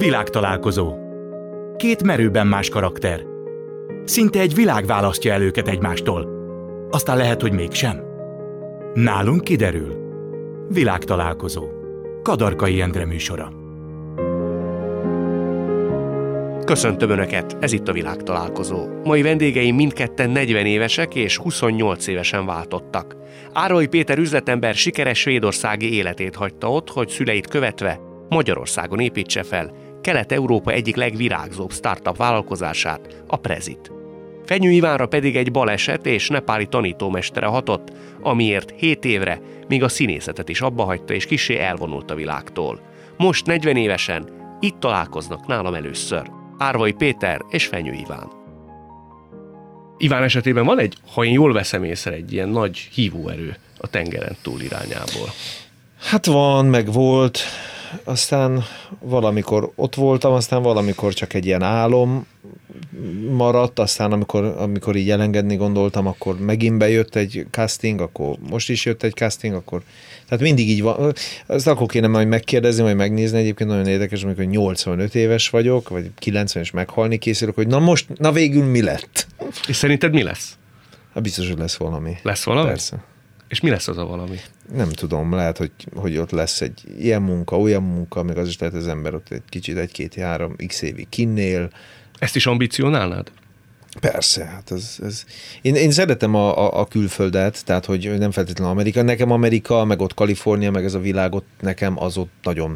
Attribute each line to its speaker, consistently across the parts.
Speaker 1: Világtalálkozó. Két merőben más karakter. Szinte egy világ választja el őket egymástól. Aztán lehet, hogy mégsem. Nálunk kiderül. Világtalálkozó. Kadarkai Endre műsora.
Speaker 2: Köszöntöm Önöket, ez itt a Világtalálkozó. Mai vendégeim mindketten 40 évesek és 28 évesen váltottak. Árai Péter üzletember sikeres svédországi életét hagyta ott, hogy szüleit követve Magyarországon építse fel Kelet-Európa egyik legvirágzóbb startup vállalkozását, a Prezit. Fenyő Ivánra pedig egy baleset és nepáli tanítómestere hatott, amiért 7 évre még a színészetet is abbahagyta és kissé elvonult a világtól. Most 40 évesen itt találkoznak nálam először. Árvai Péter és Fenyő Iván. Iván esetében van ha én jól veszem észre, egy ilyen nagy hívóerő a tengeren túl irányából.
Speaker 3: Hát van, meg volt, aztán valamikor ott voltam, aztán valamikor csak egy ilyen álom maradt, aztán amikor így elengedni gondoltam, akkor megint bejött egy casting, akkor most is jött egy casting, akkor tehát mindig így van. Azt akkor kéne majd megkérdezni, vagy megnézni, egyébként nagyon érdekes, amikor 85 éves vagyok, vagy 90 és meghalni készülök, hogy na végül mi lett?
Speaker 2: És szerinted mi lesz?
Speaker 3: Hát biztos, hogy lesz valami.
Speaker 2: Lesz valami?
Speaker 3: Persze.
Speaker 2: És mi lesz az a valami?
Speaker 3: Nem tudom, lehet, hogy ott lesz egy ilyen munka, olyan munka, még az is lehet, az ember ott egy kicsit, 1-2-3 x évig kinnél.
Speaker 2: Ezt is ambicionálnád?
Speaker 3: Persze, hát ez. Én szeretem a külföldet, tehát hogy nem feltétlenül Amerika. Nekem Amerika, meg ott Kalifornia, meg ez a világ ott nekem az ott nagyon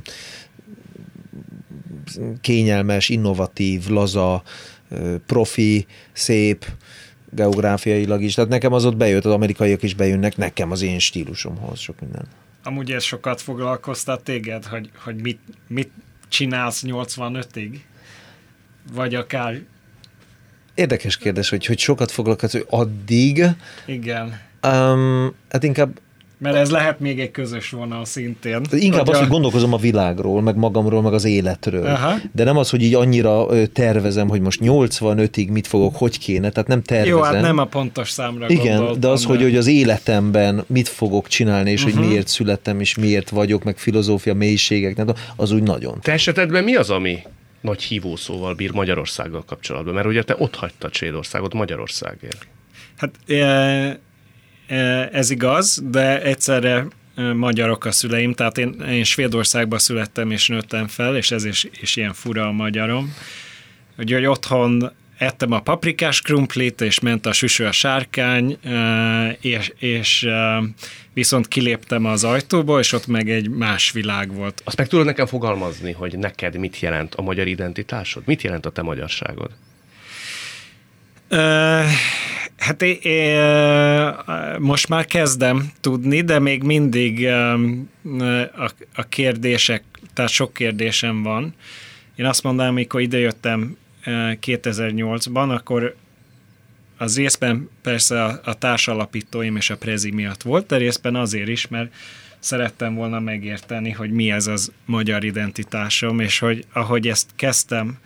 Speaker 3: kényelmes, innovatív, laza, profi, szép, geográfiailag is. Tehát nekem az ott bejött, az amerikaiak is bejönnek, nekem az én stílusomhoz sok minden.
Speaker 4: Amúgy ez sokat foglalkoztat téged, hogy mit csinálsz 85-ig? Vagy akár...
Speaker 3: Érdekes kérdés, hogy sokat foglalkozol, hogy addig...
Speaker 4: Igen.
Speaker 3: Hát inkább...
Speaker 4: Mert ez lehet még egy közös vonal szintén.
Speaker 3: Inkább az, hogy gondolkozom a világról, meg magamról, meg az életről. Aha. De nem az, hogy így annyira tervezem, hogy most 85-ig mit fogok, hogy kéne, tehát nem tervezem.
Speaker 4: Jó, hát nem a pontos számra
Speaker 3: igen,
Speaker 4: gondoltam.
Speaker 3: de az, hogy az életemben mit fogok csinálni, és hogy miért születtem, és miért vagyok, meg filozófia, mélységek, nem, az úgy nagyon.
Speaker 2: Te esetedben mi az, ami nagy hívószóval bír Magyarországgal kapcsolatban? Mert ugye te ott hagytad Svédországot Magyarországért.
Speaker 4: Hát ez igaz, de egyszerre magyarok a szüleim, tehát én Svédországban születtem és nőttem fel, és ez is ilyen fura a magyarom. Ugye, hogy otthon ettem a paprikás krumplit, és ment a süső a sárkány, és viszont kiléptem az ajtóból, és ott meg egy más világ volt.
Speaker 2: Azt meg tudod nekem fogalmazni, hogy neked mit jelent a magyar identitásod? Mit jelent a te magyarságod?
Speaker 4: Hát most már kezdem tudni, de még mindig a kérdések, tehát sok kérdésem van. Én azt mondanám, amikor idejöttem 2008-ban, akkor az részben persze a társalapítóim és a Prezi miatt volt, de részben azért is, mert szerettem volna megérteni, hogy mi ez az magyar identitásom, és hogy ahogy ezt kezdtem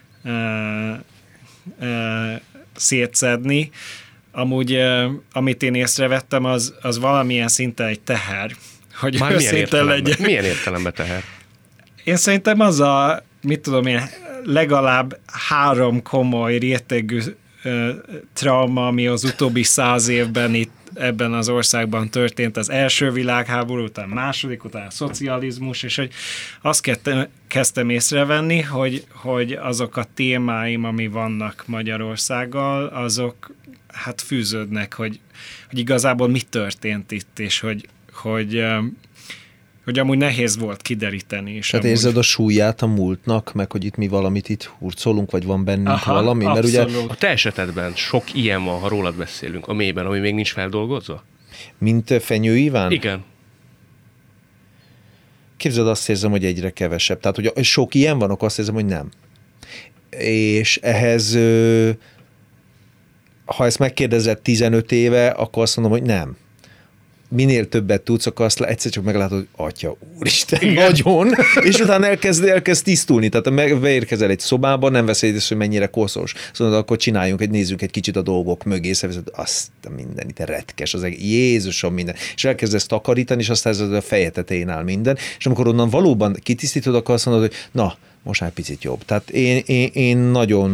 Speaker 4: szétszedni, amúgy amit én észrevettem, az valamilyen szinten egy teher. Hogy
Speaker 2: már milyen értelemben teher?
Speaker 4: Én szerintem az mit tudom én, legalább 3 komoly rétegű trauma, ami az utóbbi 100 évben itt ebben az országban történt, az első világháború, után második, után a szocializmus, és hogy azt kezdtem észrevenni, hogy azok a témáim, ami vannak Magyarországgal, azok hát fűződnek, hogy igazából mi történt itt, és hogy amúgy nehéz volt kideríteni.
Speaker 3: Tehát érzed a súlyát a múltnak, meg hogy itt mi valamit itt hurcolunk, vagy van bennünk valami? Mert ugye...
Speaker 2: A te esetedben sok ilyen van, ha rólad beszélünk, a mélyben, ami még nincs feldolgozva?
Speaker 3: Mint Fenyő Iván?
Speaker 2: Igen.
Speaker 3: Képzeld, azt érzem, hogy egyre kevesebb. Tehát, hogy sok ilyen van, akkor azt érzem, hogy nem. És ehhez, ha ezt megkérdezed 15 éve, akkor azt mondom, hogy nem. minél többet tudsz, akkor azt egyszer csak meglátod, hogy atya úristen, nagyon, és utána elkezd tisztulni. Tehát beérkezel egy szobába, nem veszed észre, hogy mennyire koszos. Szóval akkor nézzünk egy kicsit a dolgok mögé, azt a minden, itt retkes, Jézusom minden. És elkezdesz takarítani, és aztán ez a feje tetején áll minden. És amikor onnan valóban kitisztítod, akkor azt mondod, hogy na, most már picit jobb. Tehát én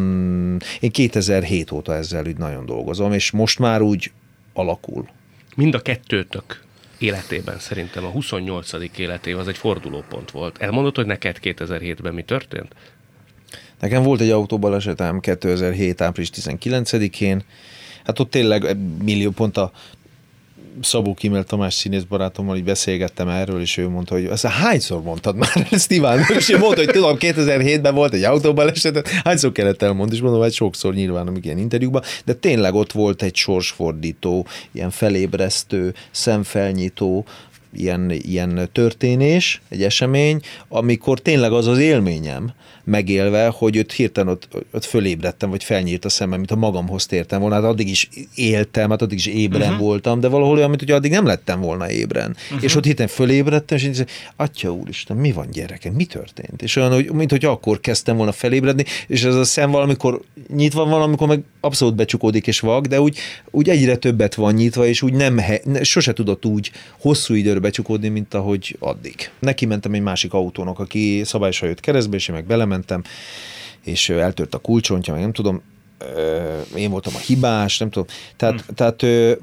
Speaker 3: 2007 óta ezzel úgy nagyon dolgozom, és most már úgy alakul.
Speaker 2: Mind a kettőtök életében szerintem a 28. életév az egy fordulópont volt. Elmondod, hogy neked 2007-ben mi történt?
Speaker 3: Nekem volt egy autóbalesetem 2007. április 19-én. Hát ott tényleg pont a Szabó Kimmel Tamás színész barátommal így beszélgettem erről, és ő mondta, hogy ezt hányszor mondtad már ezt, Iván? És ő mondta, hogy tudom, 2007-ben volt egy autóbaleset, hányszor kellett elmondani, és mondom, hogy sokszor nyilván, amíg ilyen interjúkban, de tényleg ott volt egy sorsfordító, ilyen felébresztő, szemfelnyitó, ilyen történés, egy esemény, amikor tényleg az élményem megélve, hogy őt hirtelen ott fölébredtem, vagy felnyírt a szemem, mint a magamhoz tértem volna. Hát addig is éltem, hát addig is ébren voltam, de valahol olyan, mint hogy addig nem lettem volna ébren. És ott hirtelen fölébredtem, és így mondtam, atya úristen, mi van gyerekem, mi történt? És olyan, mint hogy akkor kezdtem volna felébredni, és ez a szem valamikor nyitva van, amikor meg abszolút becsukódik és vak, de úgy egyre többet van nyitva, és úgy sose tudott úgy hosszú időre becsukódni, mint ahogy addig. Neki mentem egy másik autónak, aki szabályosan jött keresztbe, és én meg belementem, és eltört a kulcsontja, meg nem tudom, én voltam a hibás, nem tudom. Tehát,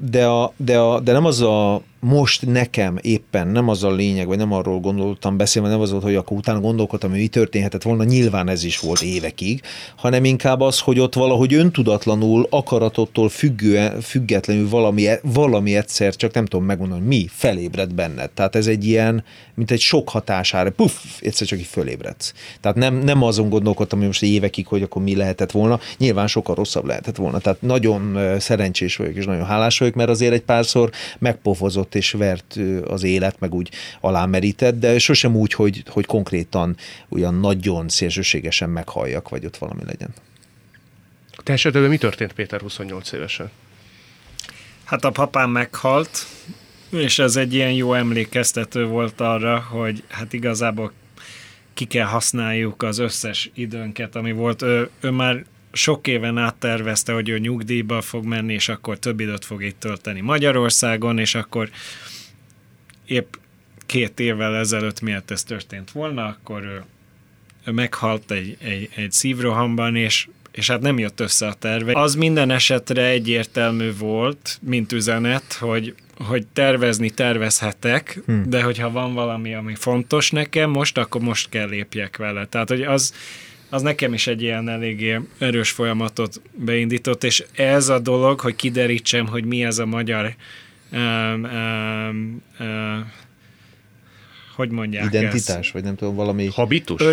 Speaker 3: de nem az a most nekem éppen, nem az a lényeg, vagy nem arról gondoltam beszélni, nem az volt, hogy akkor utána gondolkodtam, hogy mi történhetett volna, nyilván ez is volt évekig, hanem inkább az, hogy ott valahogy öntudatlanul, akaratottól függetlenül valami egyszer, csak nem tudom megmondani, hogy mi felébred benned. Tehát ez egy ilyen, mint egy sok hatására, puff, egyszer csak így fölébredsz. Tehát nem azon gondolkodtam, hogy most évekig, hogy akkor mi lehetett volna, nyilván sokkal rosszabb lehetett volna. Tehát nagyon szerencsés vagyok, és nagyon hálás vagyok, mert azért egy párszor megpofozott és vert az élet, meg úgy alámerített, de sosem úgy, hogy konkrétan olyan nagyon szélsőségesen meghalljak, vagy ott valami legyen.
Speaker 2: Te esetben mi történt, Péter, 28 évesen?
Speaker 4: Hát a papám meghalt, és ez egy ilyen jó emlékeztető volt arra, hogy hát igazából ki kell használjuk az összes időnket, ami volt. Ő már sok éven át tervezte, hogy ő nyugdíjba fog menni, és akkor több időt fog itt tölteni Magyarországon, és akkor épp 2 évvel ezelőtt, miért ez történt volna, akkor ő meghalt egy szívrohamban, és hát nem jött össze a terve. Az minden esetre egyértelmű volt, mint üzenet, hogy tervezhetek, de hogyha van valami, ami fontos nekem most, akkor most kell lépjek vele. Tehát, hogy az nekem is egy ilyen eléggé erős folyamatot beindított, és ez a dolog, hogy kiderítsem, hogy mi ez a magyar hogy mondják
Speaker 3: identitás,
Speaker 4: ezt?
Speaker 3: vagy nem tudom, valami...
Speaker 2: Habitus?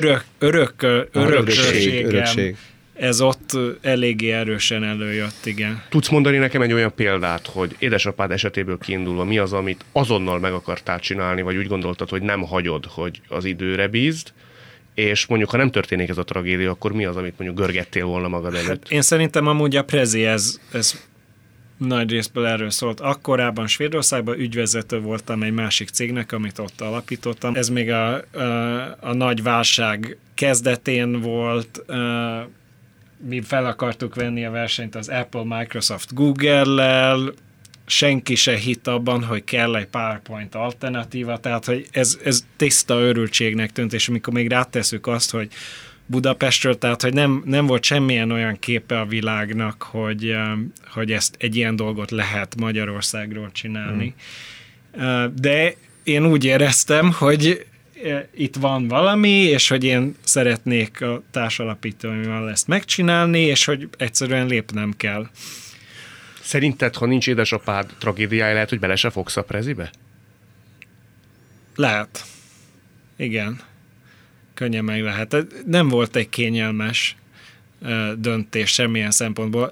Speaker 3: Örökség.
Speaker 4: Ez ott eléggé erősen előjött, igen.
Speaker 2: Tudsz mondani nekem egy olyan példát, hogy édesapád esetéből kiindulva mi az, amit azonnal meg akartál csinálni, vagy úgy gondoltad, hogy nem hagyod, hogy az időre bízd, és mondjuk, ha nem történik ez a tragédia, akkor mi az, amit mondjuk görgettél volna magad előtt? Hát
Speaker 4: én szerintem amúgy a Prezi ez nagy részből erről szólt. Akkorában Svédországban ügyvezető voltam egy másik cégnek, amit ott alapítottam. Ez még a nagy válság kezdetén volt, mi fel akartuk venni a versenyt az Apple, Microsoft, Google-lel, senki se hitt abban, hogy kell egy PowerPoint alternatíva, tehát hogy ez tiszta örültségnek tűnt, és amikor még rátesszük azt, hogy Budapestről, tehát hogy nem volt semmilyen olyan képe a világnak, hogy ezt egy ilyen dolgot lehet Magyarországról csinálni. De én úgy éreztem, hogy itt van valami, és hogy én szeretnék a társalapítóimmal ezt megcsinálni, és hogy egyszerűen lépnem kell.
Speaker 2: Szerinted, ha nincs édesapád tragédiája, lehet, hogy bele se fogsz a Prezibe?
Speaker 4: Lehet. Igen. Könnyen meg lehet. Nem volt egy kényelmes döntés semmilyen szempontból.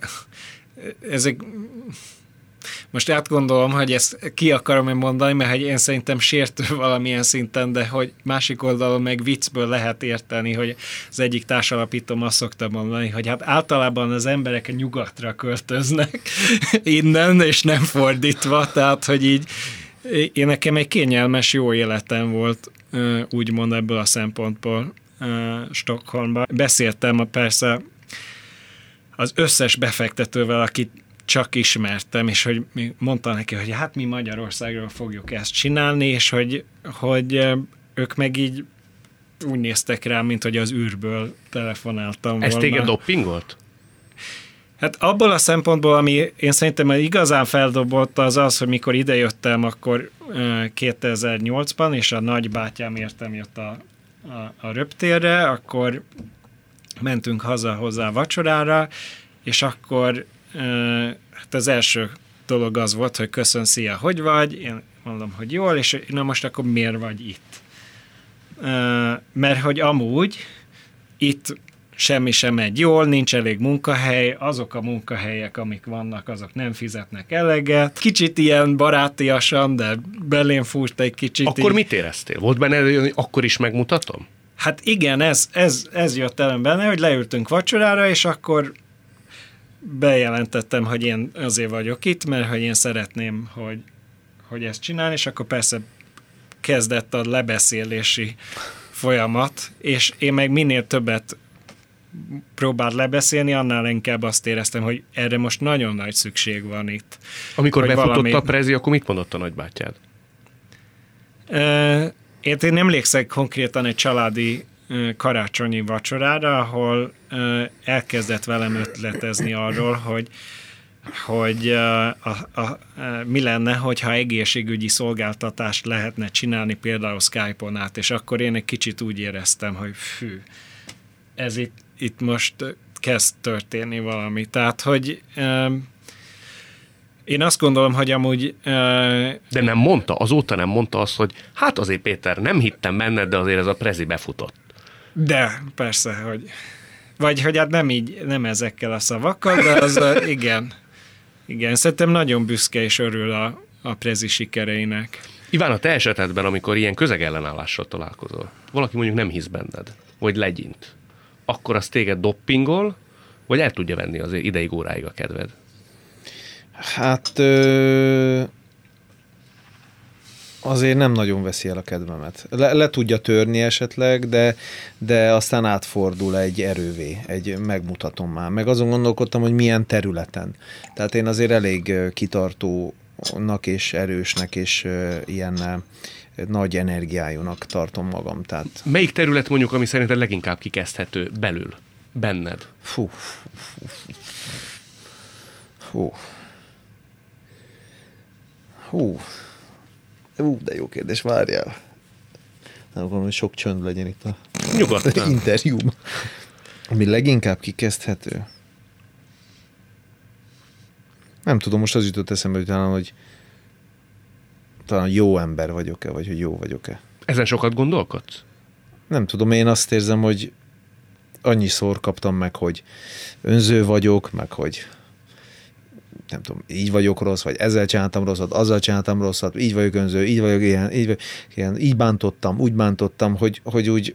Speaker 4: Most átgondolom, hogy ezt ki akarom-e mondani, mert hogy én szerintem sértő valamilyen szinten, de hogy másik oldalon meg viccből lehet érteni, hogy az egyik társalapítóm azt szokta mondani, hogy hát általában az emberek nyugatra költöznek innen, és nem fordítva, tehát hogy így Én nekem egy kényelmes, jó életem volt, úgymond ebből a szempontból Stockholmban. Beszéltem persze az összes befektetővel, akit csak ismertem, és hogy mondta neki, hogy hát mi Magyarországról fogjuk ezt csinálni, és hogy ők meg így úgy néztek rám, mint hogy az űrből telefonáltam volna.
Speaker 2: Ez téged doppingolt?
Speaker 4: Hát abból a szempontból, ami én szerintem igazán feldobott az, hogy mikor idejöttem, akkor 2008-ban, és a nagybátyám értem jött a röptérre, akkor mentünk haza hozzá vacsorára, és akkor hát az első dolog az volt, hogy köszön, szia, hogy vagy? Én mondom, hogy jól, és na most akkor miért vagy itt? Mert hogy amúgy itt semmi sem megy jól, nincs elég munkahely, azok a munkahelyek, amik vannak, azok nem fizetnek eleget. Kicsit ilyen barátiasan, de belém fúrt egy kicsit.
Speaker 2: Akkor mit éreztél? Volt benne, hogy akkor is megmutatom?
Speaker 4: Hát igen, ez jött elem benne, hogy leültünk vacsorára, és akkor bejelentettem, hogy én azért vagyok itt, mert hogy én szeretném, hogy ezt csinálni, és akkor persze kezdett a lebeszélési folyamat, és én meg minél többet próbált lebeszélni, annál inkább azt éreztem, hogy erre most nagyon nagy szükség van itt.
Speaker 2: Amikor befutott a prezi, akkor mit mondott a nagybátyád?
Speaker 4: Én nem emlékszek konkrétan egy családi karácsonyi vacsorára, ahol elkezdett velem ötletezni arról, hogy mi lenne, hogyha egészségügyi szolgáltatást lehetne csinálni például Skype-on át, és akkor én egy kicsit úgy éreztem, hogy fű, ez itt most kezd történni valami. Tehát, hogy én azt gondolom, hogy amúgy...
Speaker 2: De nem mondta, azóta nem mondta azt, hogy hát azért Péter, nem hittem benned, de azért ez a prezi befutott.
Speaker 4: De, persze, hogy... Vagy hogy hát nem ezekkel a szavakkal, de az igen. Igen, szerintem nagyon büszke és örül a prezi sikereinek.
Speaker 2: Iván, a te esetedben, amikor ilyen közegellenállással találkozol, valaki mondjuk nem hisz benned, vagy legyint, akkor az téged doppingol, vagy el tudja venni az ideig óráig a kedved?
Speaker 3: Hát azért nem nagyon veszi el a kedvemet. Le tudja törni esetleg, de aztán átfordul egy erővé, egy megmutatom már. Meg azon gondolkodtam, hogy milyen területen. Tehát én azért elég kitartónak és erősnek és ilyen nagy energiájúnak tartom magam. Tehát...
Speaker 2: Melyik terület mondjuk, ami szerinted leginkább kikezdhető belül, benned? De jó kérdés, várjál. Nem akarom, hogy sok csönd legyen itt a interjúban.
Speaker 3: Ami leginkább kikezdhető? Nem tudom, most az jutott eszembe, hogy talán jó ember vagyok-e, vagy hogy jó vagyok-e.
Speaker 2: Ezen sokat gondolkodsz?
Speaker 3: Nem tudom, én azt érzem, hogy annyiszor kaptam meg, hogy önző vagyok, meg hogy nem tudom, így vagyok rossz, vagy ezzel csináltam rosszat, azzal csináltam rosszat, így vagyok önző, így vagyok ilyen, így bántottam, úgy bántottam, hogy úgy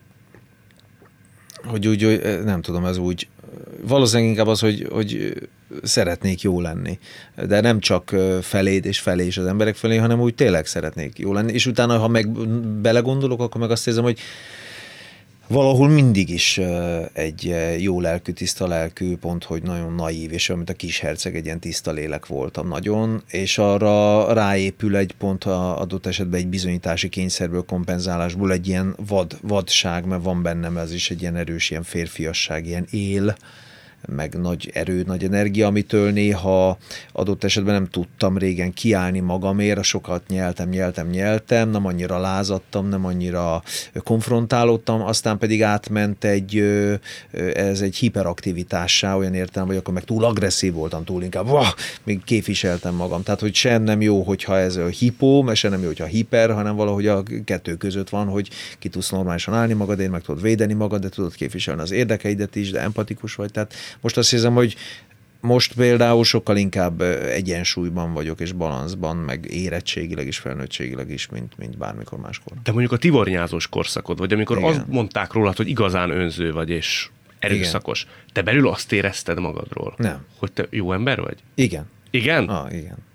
Speaker 3: nem tudom, ez úgy valószínűleg inkább az, hogy szeretnék jó lenni. De nem csak feléd és felé is az emberek felé, hanem úgy tényleg szeretnék jó lenni. És utána, ha meg belegondolok, akkor meg azt érzem, hogy valahol mindig is egy jó lelkű, tiszta lelkű, pont, hogy nagyon naív, és olyan, mint a kis herceg, egy ilyen tiszta lélek voltam nagyon, és arra ráépül egy pont adott esetben egy bizonyítási kényszerből, kompenzálásból egy ilyen vadság, mert van bennem ez is egy ilyen erős, ilyen férfiasság, ilyen él, meg nagy erő, nagy energia, amitől néha adott esetben nem tudtam régen kiállni magamért, sokat nyeltem, nem annyira lázadtam, nem annyira konfrontálódtam, aztán pedig átment ez egy hiperaktivitássá, olyan értelem, hogy akkor meg túl agresszív voltam, túl inkább, még képviseltem magam. Tehát, hogy sem nem jó, hogyha ez a hipó, mert sem nem jó, hogyha hiper, hanem valahogy a kettő között van, hogy ki tudsz normálisan állni magadért, meg tudod védeni magad, de tudod képviselni az érdekeidet is, de empatikus vagy. Tehát most azt hiszem, hogy most például sokkal inkább egyensúlyban vagyok, és balanszban, meg érettségileg is, felnőttségileg is, mint bármikor máskor.
Speaker 2: De mondjuk a tivornyázós korszakod, vagy amikor igen, azt mondták rólad, hogy igazán önző vagy, és erőszakos. Igen. Te belül azt érezted magadról?
Speaker 3: Nem.
Speaker 2: Hogy te jó ember vagy?
Speaker 3: Igen.
Speaker 2: Igen?
Speaker 3: Igen.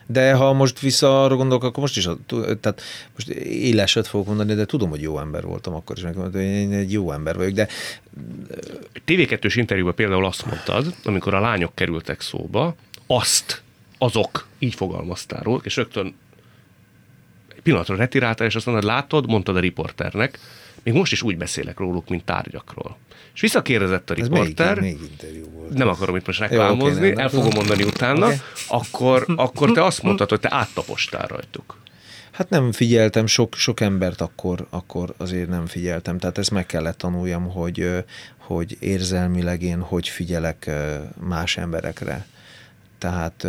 Speaker 3: De ha most vissza arra gondolok, akkor most is, tehát most éleset fogok mondani, de tudom, hogy jó ember voltam akkor is, hogy én egy jó ember vagyok, de...
Speaker 2: TV2-s interjúban például azt mondtad, amikor a lányok kerültek szóba, azok, így fogalmaztál róla, és rögtön egy pillanatra retiráltál, és azt mondtad a riporternek, még most is úgy beszélek róluk, mint tárgyakról. És visszakérdezett a riporter,
Speaker 3: még interjú volt.
Speaker 2: Nem akarom itt most reklámozni, el fogom mondani utána, akkor te azt mondtad, hogy te áttapostál rajtuk.
Speaker 3: Hát nem figyeltem, sok embert akkor azért nem figyeltem, tehát ezt meg kellett tanuljam, hogy érzelmileg én hogy figyelek más emberekre. Tehát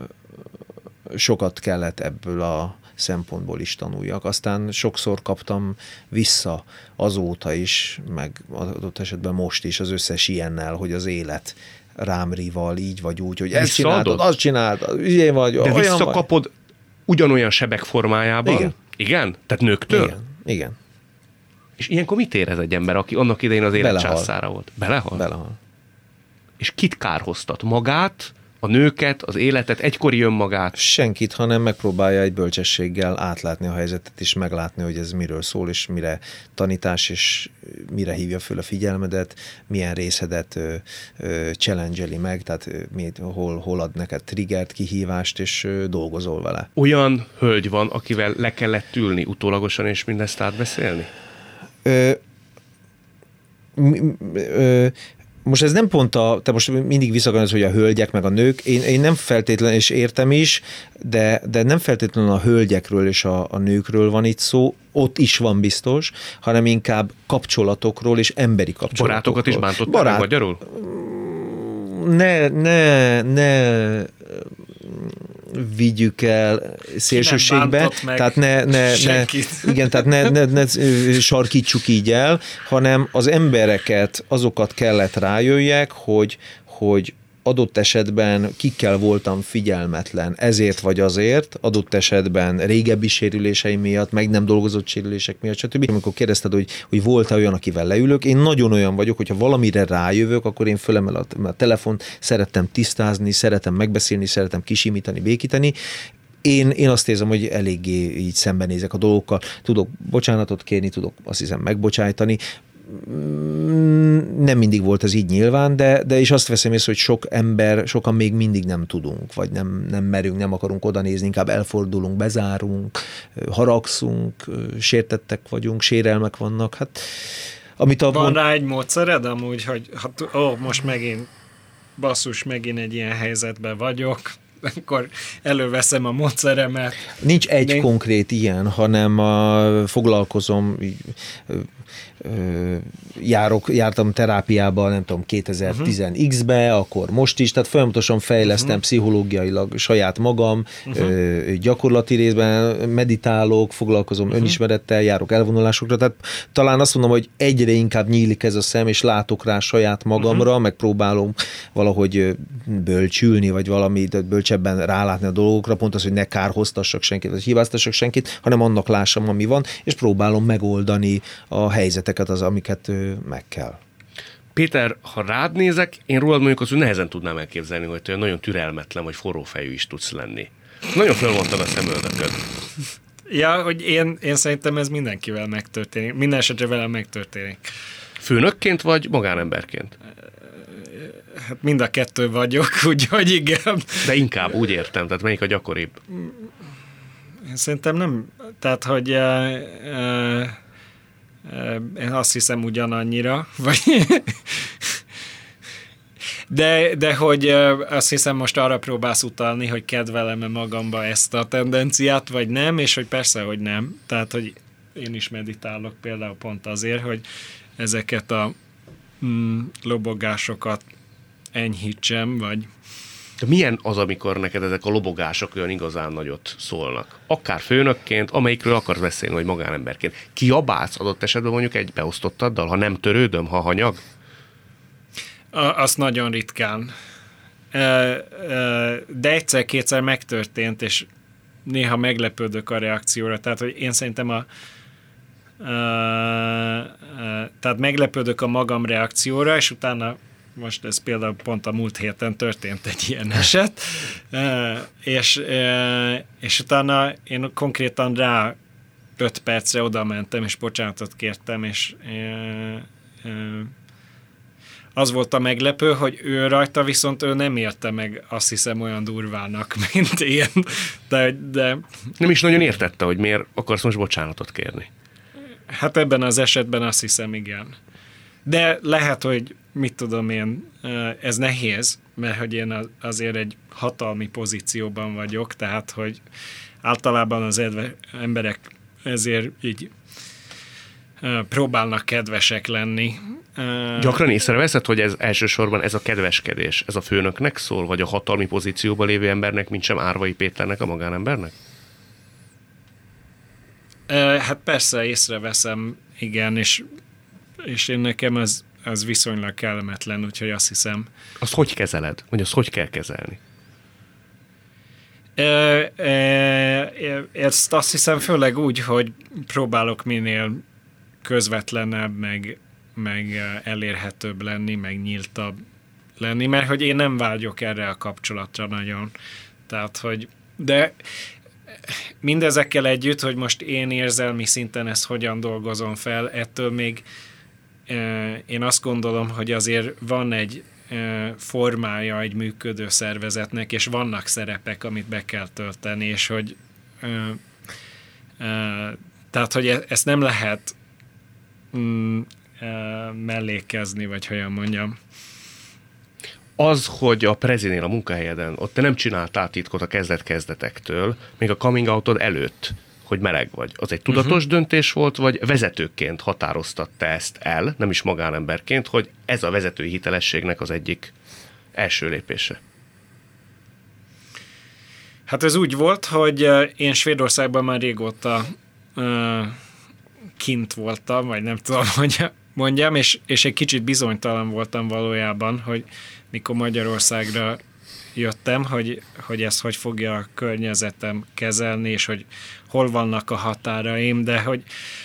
Speaker 3: sokat kellett ebből a szempontból is tanuljak. Aztán sokszor kaptam vissza azóta is, meg adott esetben most is az összes ilyennel, hogy az élet rám rival így vagy úgy, hogy ezt csináltad, azt csináltad, ilyen vagy,
Speaker 2: de
Speaker 3: olyan
Speaker 2: visszakapod
Speaker 3: vagy.
Speaker 2: Ugyanolyan sebek formájában?
Speaker 3: Igen.
Speaker 2: Igen? Tehát nőktől?
Speaker 3: Igen.
Speaker 2: És ilyenkor mit érez egy ember, aki annak idején az élet császára volt? Belehal? És kit kárhoztat? Magát, a nőket, az életet, egykori önmagát?
Speaker 3: Senkit, hanem megpróbálja egy bölcsességgel átlátni a helyzetet, és meglátni, hogy ez miről szól, és mire tanítás, és mire hívja föl a figyelmedet, milyen részedet challenge-eli meg, tehát hol ad neked triggert, kihívást, és dolgozol vele.
Speaker 2: Olyan hölgy van, akivel le kellett ülni utólagosan, és mindezt átbeszélni?
Speaker 3: Most ez nem pont te most mindig visszakanyarodsz, hogy a hölgyek meg a nők, én nem feltétlenül, és értem is, de nem feltétlenül a hölgyekről és a nőkről van itt szó, ott is van biztos, hanem inkább kapcsolatokról és emberi kapcsolatokról.
Speaker 2: Barátokat is bántottál meg magyarul?
Speaker 3: Ne vigyük el szélsőségbe, tehát ne sarkítsuk így el, hanem az embereket, azokat kellett rájöjjek, hogy adott esetben kikkel voltam figyelmetlen, ezért vagy azért, adott esetben régebbi sérüléseim miatt, meg nem dolgozott sérülések miatt, stb. Amikor kérdezted, hogy volt-e olyan, akivel leülök, én nagyon olyan vagyok, hogyha valamire rájövök, akkor én fölemel a telefont, szerettem tisztázni, szeretem megbeszélni, szeretem kisimítani, békíteni. Én azt érzem, hogy eléggé így szembenézek a dolgokkal. Tudok bocsánatot kérni, tudok azt hiszem megbocsájtani. Nem mindig volt ez így nyilván, de is azt veszem észre, hogy sokan még mindig nem tudunk, vagy nem merünk, nem akarunk odanézni, inkább elfordulunk, bezárunk, haragszunk, sértettek vagyunk, sérelmek vannak. Hát,
Speaker 4: van rá egy módszered amúgy, hogy most megint megint egy ilyen helyzetben vagyok, akkor előveszem a módszeremet.
Speaker 3: Nincs egy konkrét ilyen, hanem foglalkozom, jártam terápiába, nem tudom, 2010-be, akkor most is, tehát folyamatosan fejlesztem pszichológiailag saját magam, gyakorlati részben meditálok, foglalkozom önismerettel, járok elvonulásokra, tehát talán azt mondom, hogy egyre inkább nyílik ez a szem, és látok rá saját magamra, meg próbálom valahogy bölcsülni, vagy valami bölcsebben rálátni a dolgokra, pont az, hogy ne kárhoztassak senkit, vagy hibáztassak senkit, hanem annak lássam, ami van, és próbálom megoldani a helyzeteket, amiket meg kell.
Speaker 2: Péter, ha rád nézek, én rólad mondjuk azt, hogy nehezen tudnám elképzelni, hogy te nagyon türelmetlen vagy forrófejű is tudsz lenni. Nagyon fölmondtad a szemöldököd.
Speaker 4: Ja, hogy én szerintem ez mindenkivel megtörténik. Minden esetre velem megtörténik.
Speaker 2: Főnökként vagy magánemberként?
Speaker 4: Hát mind a kettő vagyok, úgyhogy igen.
Speaker 2: De inkább úgy értem, tehát melyik a gyakoribb?
Speaker 4: Én szerintem nem, tehát hogy én azt hiszem ugyanannyira, vagy de hogy azt hiszem most arra próbálsz utalni, hogy kedvelem-e magamba ezt a tendenciát, vagy nem, és hogy persze, hogy nem. Tehát, hogy én is meditálok például pont azért, hogy ezeket a lobogásokat enyhítsem, vagy...
Speaker 2: De milyen az, amikor neked ezek a lobogások olyan igazán nagyot szólnak? Akár főnökként, amelyikről akarsz beszélni, vagy magánemberként. Kiabálsz adott esetben mondjuk egy beosztottaddal, ha nem törődöm, ha hanyag?
Speaker 4: Azt nagyon ritkán. De egyszer-kétszer megtörtént, és néha meglepődök a reakcióra. Tehát, hogy én szerintem tehát meglepődök a magam reakcióra, és utána most ez például pont a múlt héten történt egy ilyen eset, és utána én konkrétan rá 5 percre oda mentem, és bocsánatot kértem, és az volt a meglepő, hogy ő rajta viszont ő nem érte meg, azt hiszem, olyan durvának, mint én. De
Speaker 2: nem is nagyon értette, hogy miért akarsz most bocsánatot kérni.
Speaker 4: Hát ebben az esetben azt hiszem, igen. De lehet, hogy mit tudom én, ez nehéz, mert hogy én azért egy hatalmi pozícióban vagyok, tehát, hogy általában az emberek ezért így próbálnak kedvesek lenni.
Speaker 2: Gyakran észreveszed, hogy ez elsősorban ez a kedveskedés, ez a főnöknek szól, vagy a hatalmi pozícióban lévő embernek, mint sem Árvai Péternek, a magánembernek?
Speaker 4: Hát persze észreveszem, igen, és én nekem az viszonylag kellemetlen, úgyhogy azt hiszem.
Speaker 2: Azt hogy kezeled? Vagy azt hogy kell kezelni?
Speaker 4: Ezt azt hiszem főleg úgy, hogy próbálok minél közvetlenebb, meg elérhetőbb lenni, meg nyíltabb lenni, mert hogy én nem vágyok erre a kapcsolatra nagyon. Tehát, hogy de mindezekkel együtt, hogy most én érzelmi szinten ezt hogyan dolgozom fel, ettől még én azt gondolom, hogy azért van egy formája egy működő szervezetnek, és vannak szerepek, amit be kell tölteni, és hogy tehát, hogy ezt nem lehet mellékezni, vagy hogyan mondjam.
Speaker 2: Az, hogy a prezinél a munkahelyeden, ott te nem csináltál titkot a kezdet-kezdetektől, még a coming outod előtt, hogy meleg vagy. Az egy tudatos döntés volt, vagy vezetőként határoztad te ezt el, nem is magánemberként, hogy ez a vezetői hitelességnek az egyik első lépése?
Speaker 4: Hát ez úgy volt, hogy én Svédországban már régóta kint voltam, vagy nem tudom, hogy mondjam, és egy kicsit bizonytalan voltam valójában, hogy mikor Magyarországra jöttem, hogy ezt hogy fogja a környezetem kezelni, és hogy hol vannak a határaim, de hogy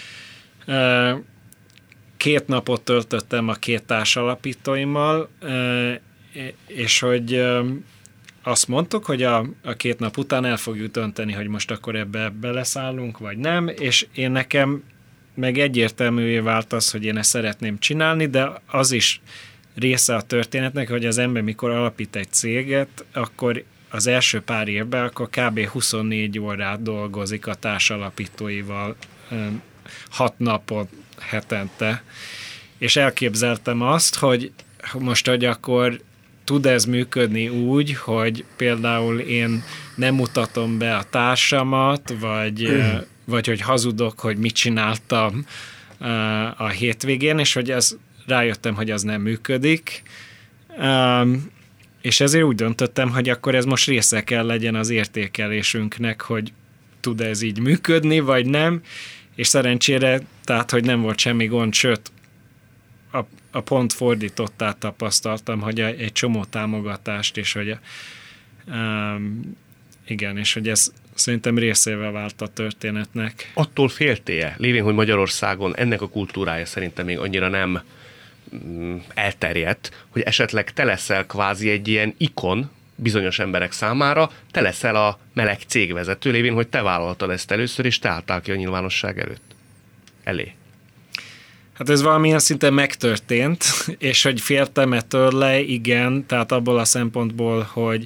Speaker 4: 2 napot töltöttem a 2 társalapítóimmal, és hogy azt mondtuk, hogy a 2 nap után el fogjuk dönteni, hogy most akkor ebbe beleszállunk, vagy nem, és én nekem meg egyértelművé vált az, hogy én ezt szeretném csinálni, de az is része a történetnek, hogy az ember mikor alapít egy céget, akkor az első pár évben akkor kb. 24 órát dolgozik a társalapítóival 6 napot hetente. És elképzeltem azt, hogy most, hogy akkor tud ez működni úgy, hogy például én nem mutatom be a társamat, vagy hogy hazudok, hogy mit csináltam a hétvégén, és hogy rájöttem, hogy az nem működik. És ezért úgy döntöttem, hogy akkor ez most része kell legyen az értékelésünknek, hogy tud ez így működni, vagy nem. És szerencsére, tehát, hogy nem volt semmi gond, sőt, a pont fordítottát tapasztaltam, hogy egy csomó támogatást, és hogy igen, és hogy ez szerintem részével vált a történetnek.
Speaker 2: Attól féltél, lévén, hogy Magyarországon ennek a kultúrája szerintem még annyira nem elterjedt, hogy esetleg te leszel kvázi egy ilyen ikon bizonyos emberek számára, te leszel a meleg cégvezető, lévén, hogy te vállaltad ezt először, és te álltál ki a nyilvánosság elé.
Speaker 4: Hát ez valamilyen szinten megtörtént, és hogy féltem-e tőle, igen, tehát abból a szempontból, hogy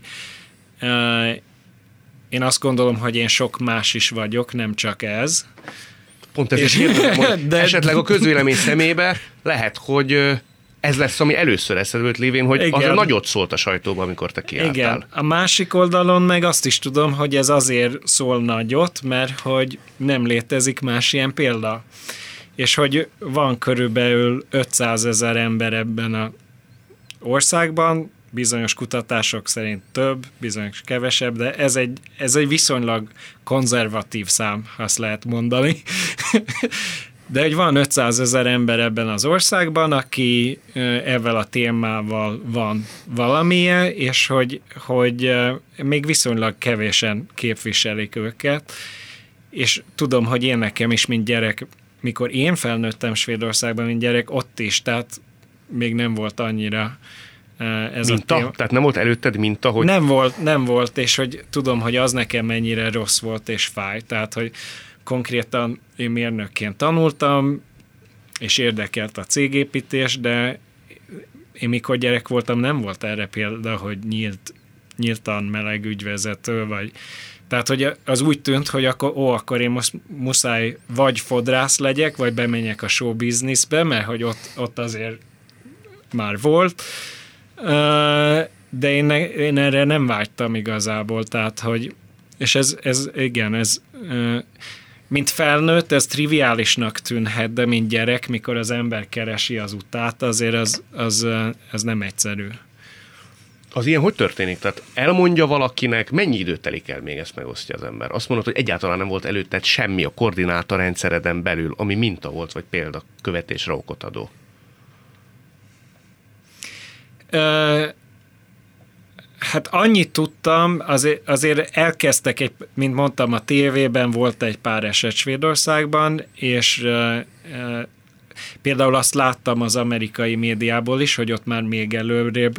Speaker 4: én azt gondolom, hogy én sok más is vagyok, nem csak ez.
Speaker 2: Pont ez is hirtelen, de esetleg a közvélemény szemébe lehet, hogy ez lesz, ami először eszedbe jut, lévén, hogy az nagyot szólt a sajtóban, amikor te kiálltál.
Speaker 4: Igen. A másik oldalon meg azt is tudom, hogy ez azért szól nagyot, mert hogy nem létezik más ilyen példa. És hogy van körülbelül 500 000 ember ebben az országban, bizonyos kutatások szerint több, bizonyos kevesebb, de ez egy viszonylag konzervatív szám, azt lehet mondani. De hogy van 500 000 ember ebben az országban, aki ezzel a témával van valamilyen, és hogy még viszonylag kevésen képviselik őket, és tudom, hogy én nekem is, mint gyerek, mikor én felnőttem Svédországban, mint gyerek, ott is, tehát még nem volt annyira ez
Speaker 2: minta?
Speaker 4: a téma.
Speaker 2: Tehát nem volt előtted minta, hogy...
Speaker 4: Nem volt, és hogy tudom, hogy az nekem mennyire rossz volt és fáj. Tehát, hogy konkrétan én mérnökként tanultam, és érdekelt a cégépítés, de én mikor gyerek voltam, nem volt erre példa, hogy nyíltan meleg ügyvezető, vagy... Tehát, hogy az úgy tűnt, hogy akkor én most muszáj vagy fodrász legyek, vagy bemenjek a show businessbe, mert hogy ott azért már volt, de én erre nem vágytam igazából, tehát, hogy és ez mint felnőtt, ez triviálisnak tűnhet, de mint gyerek, mikor az ember keresi az utát, azért az nem egyszerű.
Speaker 2: Az ilyen hogy történik? Tehát elmondja valakinek, mennyi időt telik el, még ezt megosztja az ember? Azt mondod, hogy egyáltalán nem volt előtted semmi a koordinátorrendszereden belül, ami minta volt, vagy példakövetésre okot adó.
Speaker 4: Hát annyit tudtam, azért elkezdtek, mint mondtam, a tévében volt egy pár eset Svédországban, és például azt láttam az amerikai médiából is, hogy ott már még előrébb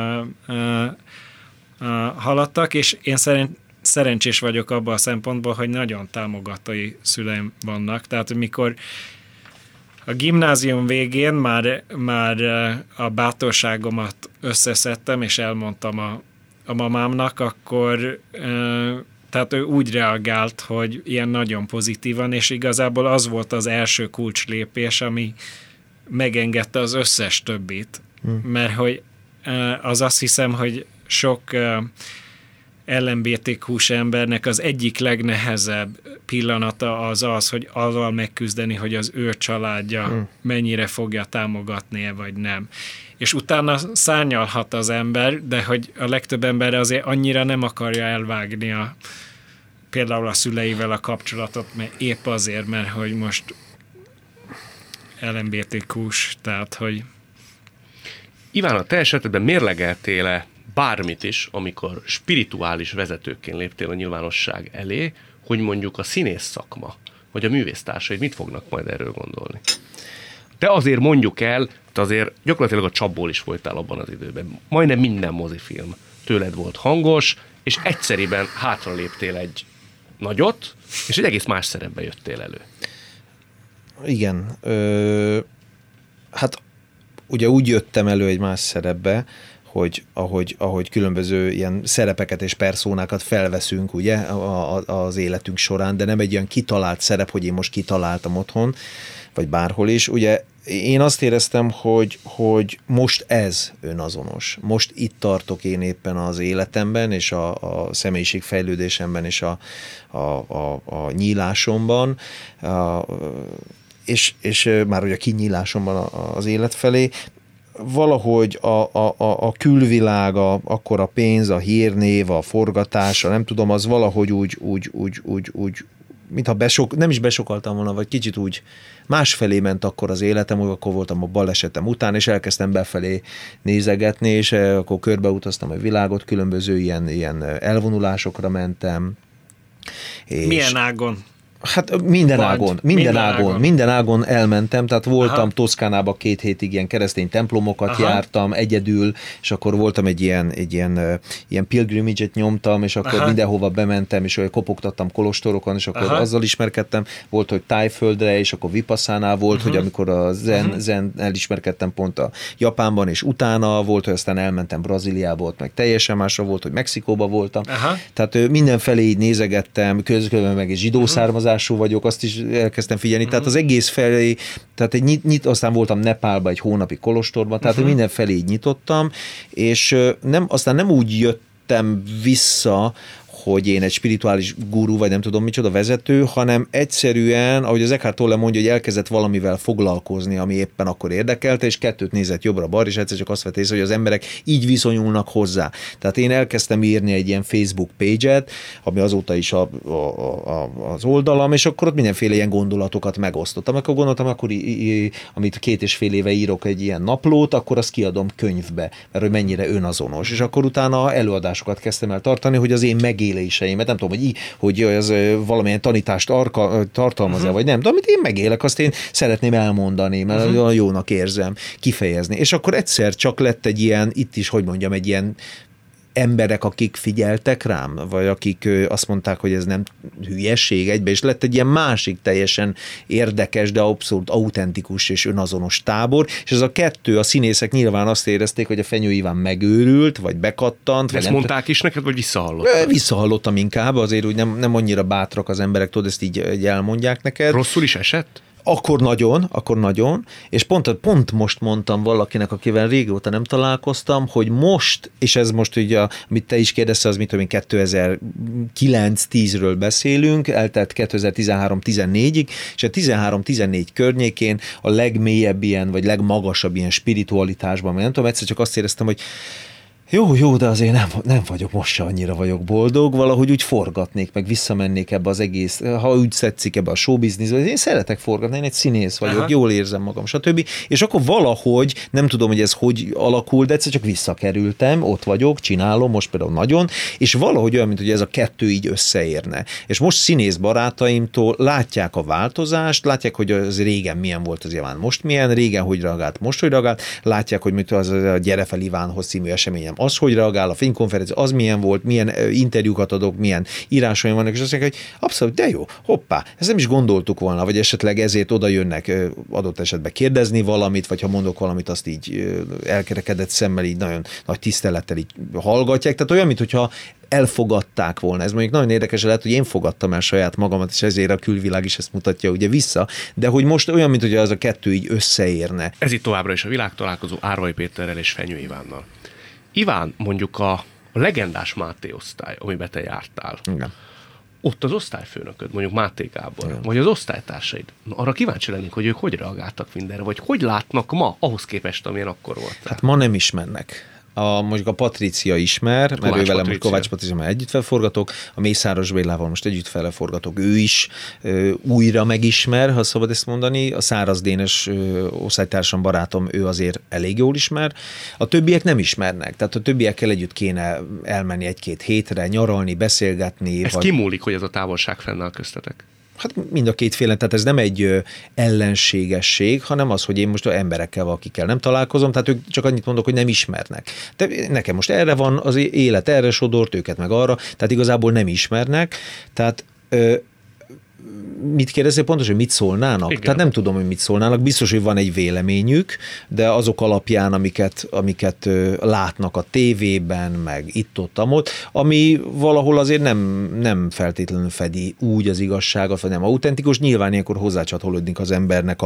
Speaker 4: haladtak, és én szerencsés vagyok abban a szempontból, hogy nagyon támogatói szüleim vannak. Tehát, mikor a gimnázium végén már a bátorságomat összeszedtem, és elmondtam a mamámnak, akkor tehát ő úgy reagált, hogy ilyen nagyon pozitívan, és igazából az volt az első kulcslépés, ami megengedte az összes többit. Mert hogy az azt hiszem, hogy sok LMBTQ-s embernek az egyik legnehezebb pillanata az, hogy azzal megküzdeni, hogy az ő családja mennyire fogja támogatni, vagy nem. És utána szárnyalhat az ember, de hogy a legtöbb ember azért annyira nem akarja elvágni például a szüleivel a kapcsolatot, mert épp azért, mert hogy most LMBTQ-s, tehát hogy...
Speaker 2: Iván, a te esetedben mérlegeltél-e bármit is, amikor spirituális vezetőként léptél a nyilvánosság elé, hogy mondjuk a színész szakma, vagy a művésztársaid mit fognak majd erről gondolni? Te azért mondjuk el, te azért gyakorlatilag a csapból is voltál abban az időben. Majdnem minden mozifilm tőled volt hangos, és egyszeriben hátra léptél egy nagyot, és egy egész más szerepbe jöttél elő.
Speaker 3: Igen. Hát ugye úgy jöttem elő egy más szerepbe, hogy ahogy különböző ilyen szerepeket és perszónákat felveszünk ugye az életünk során, de nem egy olyan kitalált szerep, hogy én most kitaláltam otthon, vagy bárhol is. Ugye én azt éreztem, hogy most ez önazonos. Most itt tartok én éppen az életemben, és a személyiségfejlődésemben, és a nyílásomban, és már ugye a kinyílásomban az élet felé, valahogy a külvilág, akkor a pénz, a hírnév, a forgatása, nem tudom, az valahogy úgy mintha nem is besokaltam volna, vagy kicsit úgy másfelé ment akkor az életem, hogy akkor voltam a balesetem után, és elkezdtem befelé nézegetni, és akkor körbeutaztam a világot, különböző ilyen elvonulásokra mentem.
Speaker 4: Milyen ágon?
Speaker 3: Hát minden ágon elmentem, tehát voltam Toszkánába 2 hétig, ilyen keresztény templomokat jártam egyedül, és akkor voltam egy ilyen pilgrimage-et nyomtam, és akkor mindenhova bementem, és kopogtattam kolostorokon, és akkor azzal ismerkedtem. Volt, hogy Tájföldre, és akkor Vipasszánál volt, hogy amikor a zen elismerkedtem pont a Japánban, és utána volt, hogy aztán elmentem Brazíliába, ott meg teljesen másra volt, hogy Mexikóba voltam. Tehát mindenfelé így nézegettem, közben meg egy zsidó származású vagyok, azt is elkezdtem figyelni. Tehát az egész felé, tehát aztán voltam Nepálban egy hónapi kolostorban, tehát mindenfelé így nyitottam, és aztán nem úgy jöttem vissza, hogy én egy spirituális gurú, vagy nem tudom micsoda vezető, hanem egyszerűen, ahogy az Eckhart Tolle mondja, hogy elkezdett valamivel foglalkozni, ami éppen akkor érdekelte, és kettőt nézett jobbra-balra, és egyszer csak azt vett észre, hogy az emberek így viszonyulnak hozzá. Tehát én elkezdtem írni egy ilyen Facebook page-et, ami azóta is az oldalam, és akkor ott mindenféle ilyen gondolatokat megosztottam. Akkor gondoltam, akkor amit 2,5 éve írok egy ilyen naplót, akkor azt kiadom könyvbe, mert hogy mennyire önazonos. És akkor utána előadásokat kezdtem el tartani, hogy az én megéléseimet, nem tudom, hogy ez valamilyen tanítást tartalmaz-e, vagy nem, de amit én megélek, azt én szeretném elmondani, mert olyan jónak érzem kifejezni. És akkor egyszer csak lett egy ilyen, itt is, hogy mondjam, egy ilyen emberek, akik figyeltek rám, vagy akik azt mondták, hogy ez nem hülyeség egybe, és lett egy ilyen másik teljesen érdekes, de abszolút autentikus és önazonos tábor, és ez a kettő, a színészek nyilván azt érezték, hogy a Fenyő Iván megőrült, vagy bekattant.
Speaker 2: Ezt mondták is neked, vagy visszahallották?
Speaker 3: Visszahallottam inkább, azért úgy nem annyira bátrak az emberek, tudod, ezt így elmondják neked.
Speaker 2: Rosszul is esett?
Speaker 3: Akkor nagyon, és pont most mondtam valakinek, akivel régóta nem találkoztam, hogy most, és ez most ugye, amit te is kérdezte, az mit tudom én, 2009-10-ről beszélünk, eltelt 2013-14-ig, és a 13-14 környékén a legmélyebb ilyen, vagy legmagasabb ilyen spiritualitásban, nem tudom, egyszer csak azt éreztem, hogy jó, de azért nem vagyok, most se annyira vagyok boldog, valahogy úgy forgatnék, meg visszamennék ebbe az egész, ha úgy tetszik ebbe a showbizniszbe, én szeretek forgatni, én egy színész vagyok, jól érzem magam, stb. És akkor valahogy, nem tudom, hogy ez hogy alakul, de egyszer csak visszakerültem, ott vagyok, csinálom, most például nagyon, és valahogy olyan, mint hogy ez a kettő így összeérne. És most színész barátaimtól látják a változást, látják, hogy az régen milyen volt az Iván, most milyen, régen hogy reagált, most hogy reagált, látják, hogy mit az a Gyere fel Ivánhoz című eseményem, az, hogy reagál, a fénykonferencia, az milyen volt, milyen interjúkat adok, milyen írásaim vannak, és azt mondják, hogy abszolút, de jó, hoppá, ezt nem is gondoltuk volna, vagy esetleg ezért oda jönnek adott esetben kérdezni valamit, vagy ha mondok valamit, azt így elkerekedett szemmel, így nagyon nagy tisztelettel így hallgatják, tehát olyan, mintha elfogadták volna. Ez mondjuk nagyon érdekes lehet, hogy én fogadtam el saját magamat, és ezért a külvilág is ezt mutatja ugye vissza, de hogy most olyan, mint hogy az a kettő így összeérne.
Speaker 2: Ez itt továbbra is a világtalálkozó Árvai Péterrel és Fenyő Ivánnal. Iván, mondjuk a legendás Máté osztály, amiben te jártál.
Speaker 3: Igen.
Speaker 2: Ott az osztályfőnököd, mondjuk Máté Gábor, vagy az osztálytársaid, arra kíváncsi lennék, hogy ők hogy reagáltak mindenre, vagy hogy látnak ma, ahhoz képest, amilyen akkor volt.
Speaker 3: Hát ma nem ismernek. Mondjuk a Patrícia ismer, mert ő velem most Kovács Patrícia, együtt felforgatok, a Mészáros Bélával most együtt felforgatok, ő is újra megismer, ha szabad ezt mondani, a Száraz Dénes osztálytársam, barátom, ő azért elég jól ismer, a többiek nem ismernek, tehát a többiekkel együtt kéne elmenni egy-két hétre, nyaralni, beszélgetni.
Speaker 2: Ez kimúlik, hogy ez a távolság fennáll köztetek?
Speaker 3: Hát mind a kétféle, tehát ez nem egy ellenségesség, hanem az, hogy én most emberekkel, akikkel nem találkozom, tehát ők csak annyit mondok, hogy nem ismernek. De nekem most erre van, az élet erre sodort, őket meg arra, tehát igazából nem ismernek, tehát mit kérdezzél pontosan, hogy mit szólnának? Igen. Tehát nem tudom, hogy mit szólnának. Biztos, hogy van egy véleményük, de azok alapján, amiket látnak a tévében, meg itt-ott, ami valahol azért nem feltétlenül fedi úgy az igazságot, vagy nem autentikus. Nyilván ilyenkor hozzácsatolódik az embernek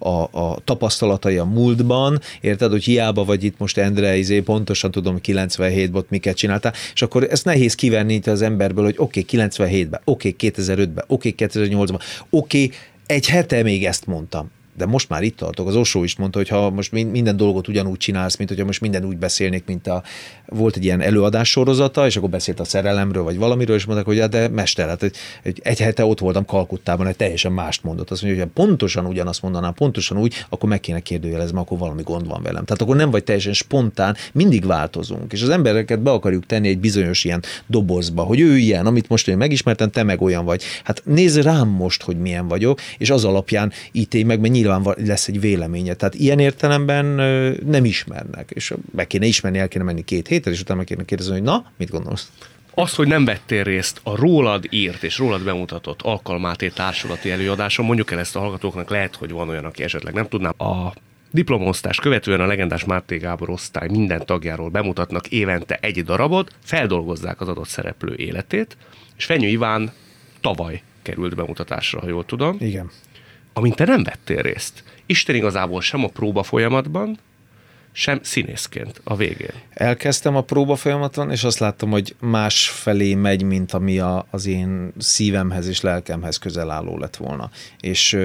Speaker 3: a tapasztalatai a múltban, érted, hogy hiába vagy itt most Endre, pontosan tudom, 97-ben ott miket csináltál, és akkor ezt nehéz kivenni az emberből, hogy oké, 97-ben, oké, 2005-ben, oké, 2008-ban, oké, egy hete még ezt mondtam. De most már itt tartok. Az Osó is mondta, hogy ha most minden dolgot ugyanúgy csinálsz, mint hogyha most minden úgy beszélnék, mint volt egy ilyen előadás sorozata, és akkor beszélt a szerelemről, vagy valamiről, és mondták, hogy ja, de mester, hát egy hete ott voltam Kalkuttában, egy teljesen mást mondott. Azt mondja, hogy pontosan ugyanazt mondanám, pontosan úgy, akkor meg kéne kérdőjelezni, akkor valami gond van velem. Tehát akkor nem vagy teljesen spontán, mindig változunk. És az embereket be akarjuk tenni egy bizonyos ilyen dobozba, hogy ő ilyen, amit most én megismertem, te meg olyan vagy. Hát nézd rám most, hogy milyen vagyok, és az alapján ítélj meg, mert nyilván lesz egy véleménye. Tehát ilyen értelemben nem ismernek, és meg kéne ismerni, el kéne menni 2 hétre, és utána meg kéne kérdezni, hogy na, mit gondolsz?
Speaker 2: Az, hogy nem vettél részt a rólad írt és rólad bemutatott Alkalmáté társulati előadáson, mondjuk el ezt a hallgatóknak, lehet, hogy van olyan, aki esetleg nem tudná. A diplomaosztást követően a legendás Máté Gábor osztály minden tagjáról bemutatnak évente egy darabot, feldolgozzák az adott szereplő életét, és Fenyő Iván tavaly került bemutatásra, ha jól tudom.
Speaker 3: Igen.
Speaker 2: Amint te nem vettél részt. Isten igazából sem a próba folyamatban, sem színészként a végén.
Speaker 3: Elkezdtem a próba folyamaton, és azt láttam, hogy más felé megy, mint ami az én szívemhez és lelkemhez közel álló lett volna. És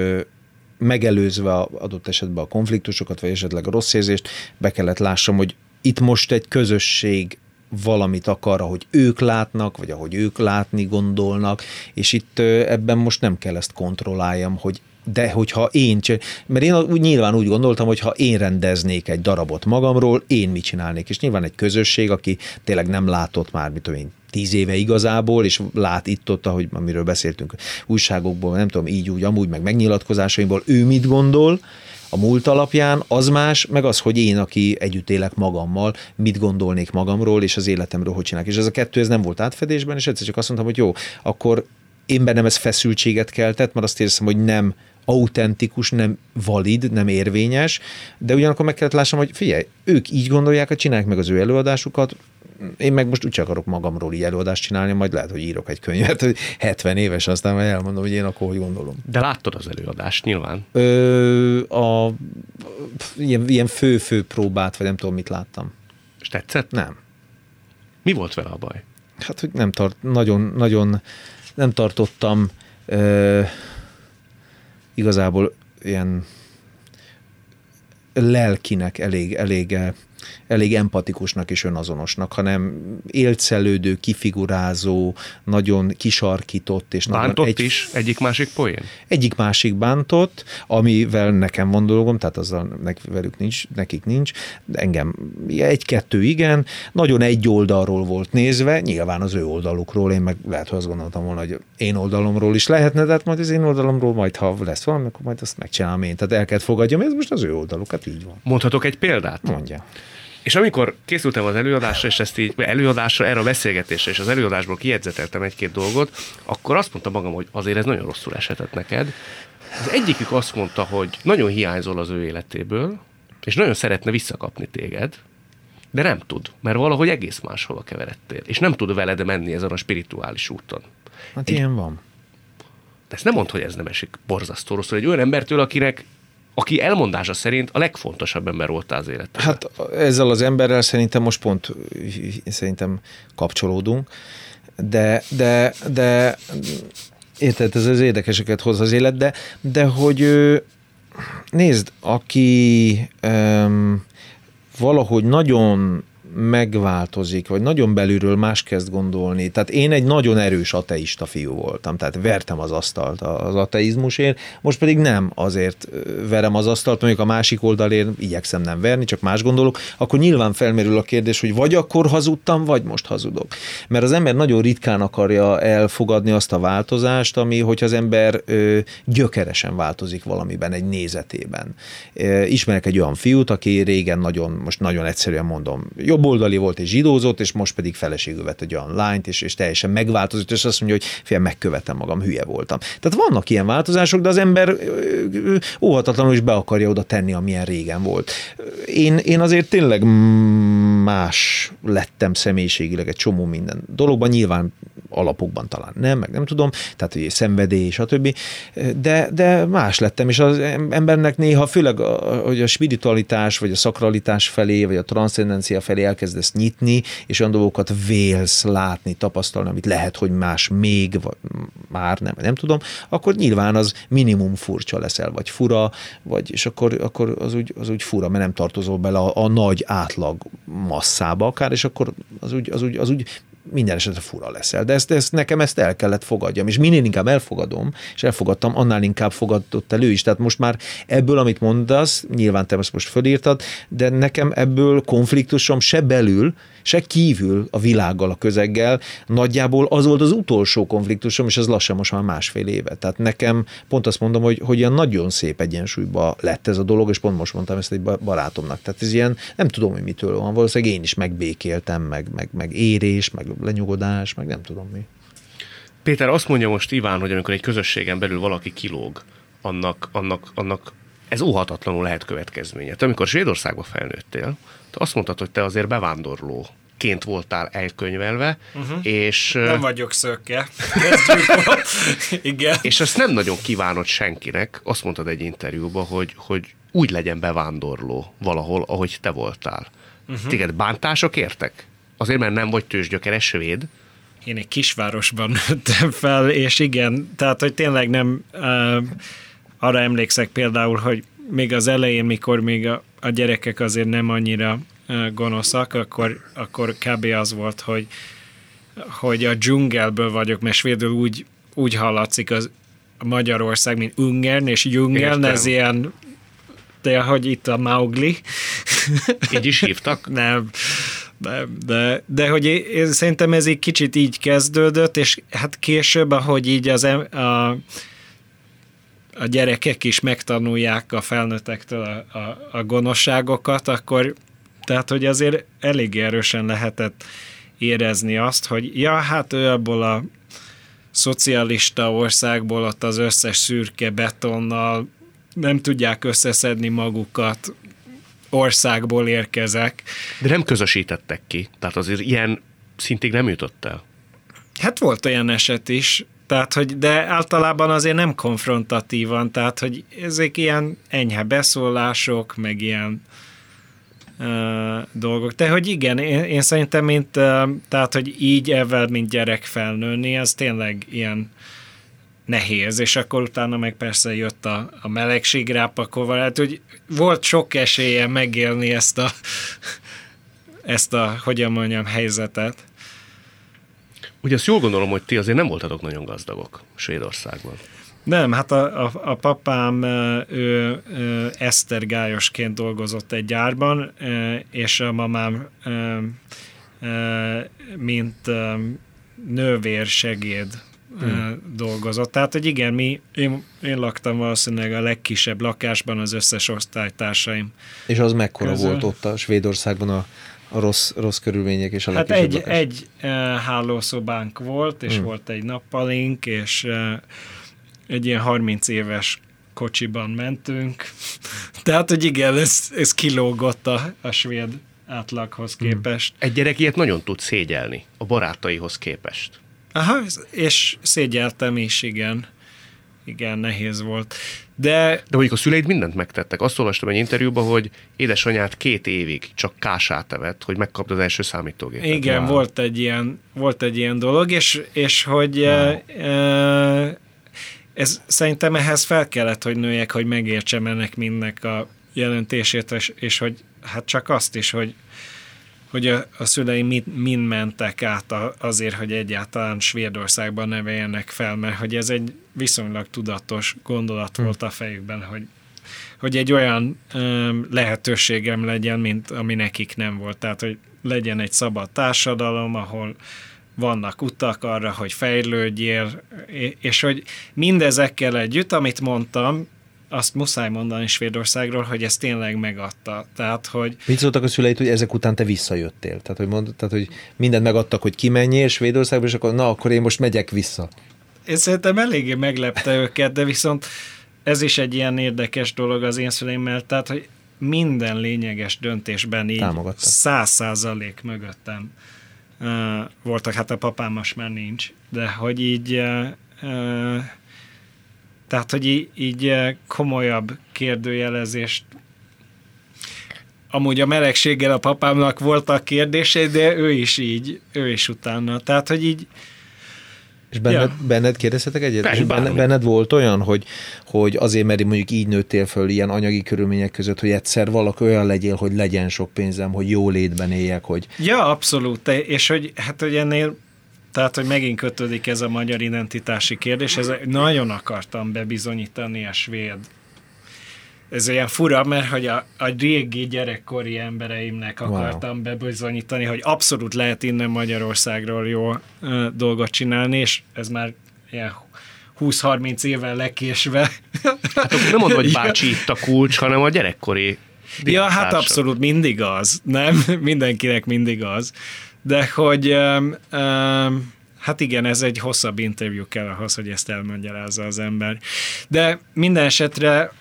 Speaker 3: megelőzve adott esetben a konfliktusokat, vagy esetleg a rossz érzést, be kellett lássam, hogy itt most egy közösség valamit akar, ahogy ők látnak, vagy ahogy ők látni gondolnak, és itt ebben most nem kell ezt kontrolláljam, hogy de hogyha mert én nyilván úgy gondoltam, hogy ha én rendeznék egy darabot magamról, én mit csinálnék, és nyilván egy közösség, aki tényleg nem látott már, mit tudom én, 10 éve igazából, és lát itt-ott, ahogy amiről beszéltünk újságokból, nem tudom, így úgy, amúgy, meg megnyilatkozásaimból, ő mit gondol a múlt alapján, az más, meg az, hogy én, aki együtt élek magammal, mit gondolnék magamról, és az életemről hogy csinálok. És ez a kettő, ez nem volt átfedésben, és egyszer csak azt mondtam, hogy jó, akkor én bennem ez feszültséget keltett, mert azt érzem, hogy nem autentikus, nem valid, nem érvényes, de ugyanakkor meg kellett lássam, hogy figyelj, ők így gondolják, hogy csinálják meg az ő előadásukat, én meg most úgy csak akarok magamról így előadást csinálni, majd lehet, hogy írok egy könyvet, hogy 70 éves, aztán majd elmondom, hogy én akkor hogy gondolom.
Speaker 2: De láttad az előadást nyilván?
Speaker 3: Ilyen fő próbát, vagy nem tudom, mit láttam.
Speaker 2: És tetszett?
Speaker 3: Nem.
Speaker 2: Mi volt vele a baj?
Speaker 3: Hát, hogy nagyon nem tartottam igazából ilyen lelkinek elég empatikusnak és önazonosnak, hanem élcelődő, kifigurázó, nagyon kisarkított. És
Speaker 2: bántott is egyik-másik poén?
Speaker 3: Egyik-másik bántott, amivel nekem van dolgom, tehát azzal nekik nincs, de engem egy-kettő igen, nagyon egy oldalról volt nézve, nyilván az ő oldalukról, én meg lehet, hogy azt gondoltam volna, hogy én oldalomról is lehetne, de hát majd az én oldalomról majd, ha lesz valami, akkor majd azt megcsinálom én. Tehát el kell fogadjam, ez most az ő oldaluk, hát így van.
Speaker 2: Mondhatok egy példát?
Speaker 3: Mondja.
Speaker 2: És amikor készültem az előadásra, és ezt így erre a beszélgetésre, és az előadásból kijegyzeteltem egy-két dolgot, akkor azt mondta magam, hogy azért ez nagyon rosszul eshetett neked. Az egyikük azt mondta, hogy nagyon hiányzol az ő életéből, és nagyon szeretne visszakapni téged, de nem tud, mert valahogy egész máshova keveredtél, és nem tud veled menni ezen a spirituális úton.
Speaker 3: Hát ilyen van.
Speaker 2: De ezt nem mondd, hogy ez nem esik borzasztó rosszul egy olyan embertől, aki elmondása szerint a legfontosabb ember volt az életben.
Speaker 3: Hát ezzel az emberrel szerintem most pont kapcsolódunk, de érted, ez az érdekeseket hoz az élet, de hogy nézd, aki valahogy nagyon megváltozik, vagy nagyon belülről más kezd gondolni. Tehát én egy nagyon erős ateista fiú voltam, tehát vertem az asztalt az ateizmusért, most pedig nem azért verem az asztalt, mondjuk a másik oldalért igyekszem nem verni, csak más gondolok, akkor nyilván felmerül a kérdés, hogy vagy akkor hazudtam, vagy most hazudok. Mert az ember nagyon ritkán akarja elfogadni azt a változást, ami, hogyha az ember gyökeresen változik valamiben, egy nézetében. Ismerek egy olyan fiút, aki régen most nagyon egyszerűen mondom, jobboldali volt és zsidózott, és most pedig feleségül vett egy olyan lányt, és teljesen megváltozott, és azt mondja, hogy figyelj, megkövetem magam, hülye voltam. Tehát vannak ilyen változások, de az ember óhatatlanul is be akarja oda tenni, amilyen régen volt. Én azért tényleg más lettem személyiségileg egy csomó minden dologban, nyilván alapokban talán nem, meg nem tudom, tehát hogy szenvedély, stb. De más lettem, és az embernek néha, főleg hogy a spiritualitás, vagy a szakralitás felé, vagy a transzcendencia felé elkezdesz nyitni, és olyan dolgokat vélsz látni, tapasztalni, amit lehet, hogy más még, vagy már nem tudom, akkor nyilván az minimum furcsa leszel, vagy fura, és akkor az úgy fura, mert nem tartozol bele a nagy átlag masszába akár, és akkor az úgy minden esetre fura leszel. De nekem ezt el kellett fogadjam, és minél inkább elfogadom, és elfogadtam, annál inkább fogadott el ő is. Tehát most már ebből, amit mondasz, nyilván te ezt most fölírtad, de nekem ebből konfliktusom se belül, se kívül a világgal, a közeggel, nagyjából az volt az utolsó konfliktusom, és ez lassan most már másfél éve. Tehát nekem pont azt mondom, hogy ilyen nagyon szép egyensúlyba lett ez a dolog, és pont most mondtam ezt egy barátomnak. Tehát ez ilyen, nem tudom, hogy mitől van, valószínűleg én is megbékéltem, meg érés, meg lenyugodás, meg nem tudom mi.
Speaker 2: Péter, azt mondja most Iván, hogy amikor egy közösségen belül valaki kilóg, annak ez óhatatlanul lehet következménye. Te amikor Svédországba felnőttél, te azt mondtad, hogy te azért bevándorlóként voltál elkönyvelve, és...
Speaker 4: Nem vagyok szökke. Igen.
Speaker 2: És azt nem nagyon kívánod senkinek, azt mondtad egy interjúban, hogy úgy legyen bevándorló valahol, ahogy te voltál. Téged bántások értek? Azért, mert nem vagy tőzsgyökeres svéd?
Speaker 4: Én egy kisvárosban nőttem fel, és igen, tehát, hogy tényleg nem... arra emlékszek például, hogy még az elején, mikor még a gyerekek azért nem annyira gonoszak, akkor kb. Az volt, hogy a dzsungelből vagyok, mert svédül úgy hallatszik Magyarország, mint Ungern és Jungern, ez ilyen, de hogy itt a Mowgli.
Speaker 2: Így is hívtak?
Speaker 4: Nem. De hogy én szerintem ez egy kicsit így kezdődött, és hát később, ahogy így a gyerekek is megtanulják a felnőttektől a gonoszságokat, akkor tehát, hogy azért elég erősen lehetett érezni azt, hogy ja, hát ő abból a szocialista országból ott az összes szürke betonnal nem tudják összeszedni magukat, országból érkezek.
Speaker 2: De nem közösítettek ki, tehát azért ilyen szintig nem jutott el.
Speaker 4: Hát volt olyan eset is, tehát, hogy, de általában azért nem konfrontatívan, tehát, hogy ezek ilyen enyhe beszólások, meg ilyen dolgok. De hogy igen, én szerintem, tehát, hogy így ezzel, mint gyerek felnőni, az tényleg ilyen nehéz, és akkor utána meg persze jött a melegségrápakoval, hát, hogy volt sok esélye megélni ezt a, hogyan mondjam, helyzetet.
Speaker 2: Ugye azt jól gondolom, hogy ti azért nem voltatok nagyon gazdagok Svédországban.
Speaker 4: Nem, hát a papám ő esztergályosként dolgozott egy gyárban, és a mamám mint nővérsegéd dolgozott. Tehát, hogy igen, én laktam valószínűleg a legkisebb lakásban az összes osztálytársaim.
Speaker 3: És az mekkora
Speaker 4: közül
Speaker 3: volt ott a Svédországban a rossz körülmények és a
Speaker 4: hát
Speaker 3: legkisebb lakás?
Speaker 4: egy hálószobánk volt, és volt egy nappalink, és egy ilyen 30 éves kocsiban mentünk. Tehát, hogy igen, ez kilógott a svéd átlaghoz képest.
Speaker 2: Egy gyerek ilyet nagyon tud szégyelni a barátaihoz képest.
Speaker 4: Aha, és szégyeltem is, igen. Igen, nehéz volt. De
Speaker 2: mondjuk a szüleid mindent megtettek. Azt olvastam egy interjúban, hogy édesanyád 2 évig csak kását evett, hogy megkapd az első számítógépet.
Speaker 4: igen,
Speaker 3: Wow.
Speaker 4: volt egy ilyen dolog, és hogy ez szerintem ehhez fel kellett, hogy nőjek, hogy megértsem ennek mindnek a jelentését, és hogy hát csak azt is, hogy a szüleim mind mentek át azért, hogy egyáltalán Svédországban neveljenek fel, mert hogy ez egy viszonylag tudatos gondolat volt a fejükben, hogy egy olyan lehetőségem legyen, mint ami nekik nem volt. Tehát, hogy legyen egy szabad társadalom, ahol vannak utak arra, hogy fejlődjél, és hogy mindezekkel együtt, amit mondtam, azt muszáj mondani Svédországról, hogy ez tényleg megadta. Tehát, hogy...
Speaker 3: Mit szóltak a szüleid, hogy ezek után te visszajöttél? Tehát, hogy mindent megadtak, hogy kimenjél Svédországba, és akkor én most megyek vissza.
Speaker 4: Én szerintem eléggé meglepte őket, de viszont ez is egy ilyen érdekes dolog az én szüleimmel, tehát, hogy minden lényeges döntésben így 100% mögöttem voltak. Hát a papám most már nincs, de hogy így... Tehát, hogy így komolyabb kérdőjelezést. Amúgy a melegséggel a papámnak voltak kérdései, de ő is utána. Tehát, hogy így...
Speaker 3: És benned kérdezhetek egyet? És
Speaker 2: bármi.
Speaker 3: Benned volt olyan, hogy azért, mert mondjuk így nőttél föl ilyen anyagi körülmények között, hogy egyszer valaki olyan legyél, hogy legyen sok pénzem, hogy jó létben éljek, hogy...
Speaker 4: Ja, abszolút. És hogy hát, hogy ennél tehát, hogy megint kötődik ez a magyar identitási kérdés, nagyon akartam bebizonyítani a svéd. Ez olyan fura, mert hogy a régi gyerekkori embereimnek akartam bebizonyítani, hogy abszolút lehet innen Magyarországról jó dolgot csinálni, és ez már ilyen 20-30 évvel lekésve.
Speaker 2: Hát nem mondom, hogy bácsi itt a kulcs, hanem a gyerekkori.
Speaker 4: Ja, hát abszolút mindig az. Nem? Mindenkinek mindig az. De hogy hát igen, ez egy hosszabb interjú kell ahhoz, hogy ezt elmagyarázza az ember. De minden esetre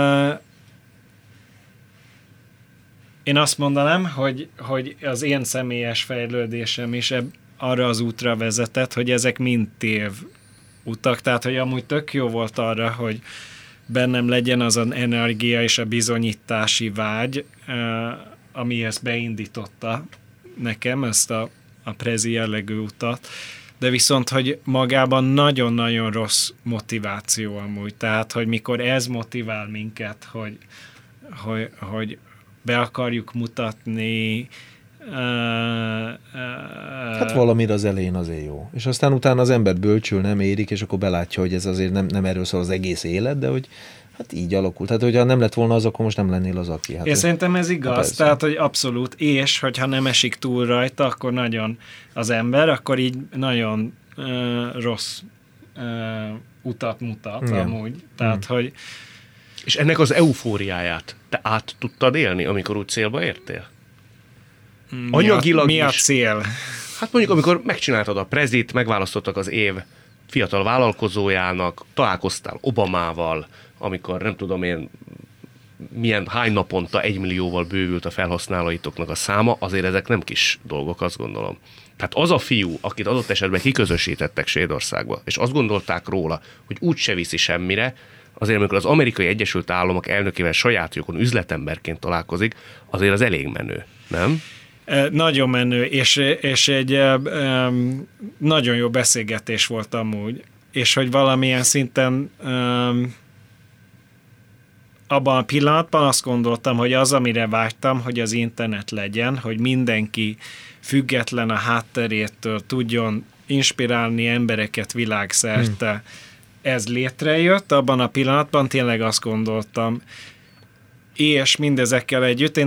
Speaker 4: én azt mondanám, hogy az én személyes fejlődésem is arra az útra vezetett, hogy ezek mind tév utak, tehát hogy amúgy tök jó volt arra, hogy bennem legyen az az energia és a bizonyítási vágy, ami ezt beindította nekem, ezt a prezi jellegű utat, de viszont, hogy magában nagyon-nagyon rossz motiváció amúgy. Tehát, hogy mikor ez motivál minket, hogy be akarjuk mutatni
Speaker 3: Hát valamire az elején azért jó. És aztán utána az ember bölcsül, nem érik, és akkor belátja, hogy ez azért nem erről szól az egész élet, de hogy hát így alakult. Hát, hogyha nem lett volna az, akkor most nem lennél az, aki. Hát
Speaker 4: én szerintem ez igaz, tehát, hogy abszolút, és hogyha nem esik túl rajta, akkor nagyon az ember, akkor így nagyon rossz utat mutat amúgy. Tehát, hogy...
Speaker 2: És ennek az eufóriáját te át tudtad élni, amikor úgy célba értél? Anyagilag
Speaker 4: mi a cél?
Speaker 2: Hát mondjuk, amikor megcsináltad a prezit, megválasztottak az év fiatal vállalkozójának, találkoztál Obamával, amikor nem tudom én, hány naponta 1 millióval bővült a felhasználóitoknak a száma, azért ezek nem kis dolgok, azt gondolom. Tehát az a fiú, akit adott esetben kiközösítettek Svédországba, és azt gondolták róla, hogy úgyse viszi semmire, azért amikor az Amerikai Egyesült Államok elnökével saját jogon üzletemberként találkozik, azért az elég menő, nem?
Speaker 4: Nagyon menő, és egy nagyon jó beszélgetés volt amúgy, és hogy valamilyen szinten abban a pillanatban azt gondoltam, hogy az, amire vágytam, hogy az internet legyen, hogy mindenki független a hátterétől tudjon inspirálni embereket világszerte, ez létrejött, abban a pillanatban tényleg azt gondoltam, és mindezekkel együtt,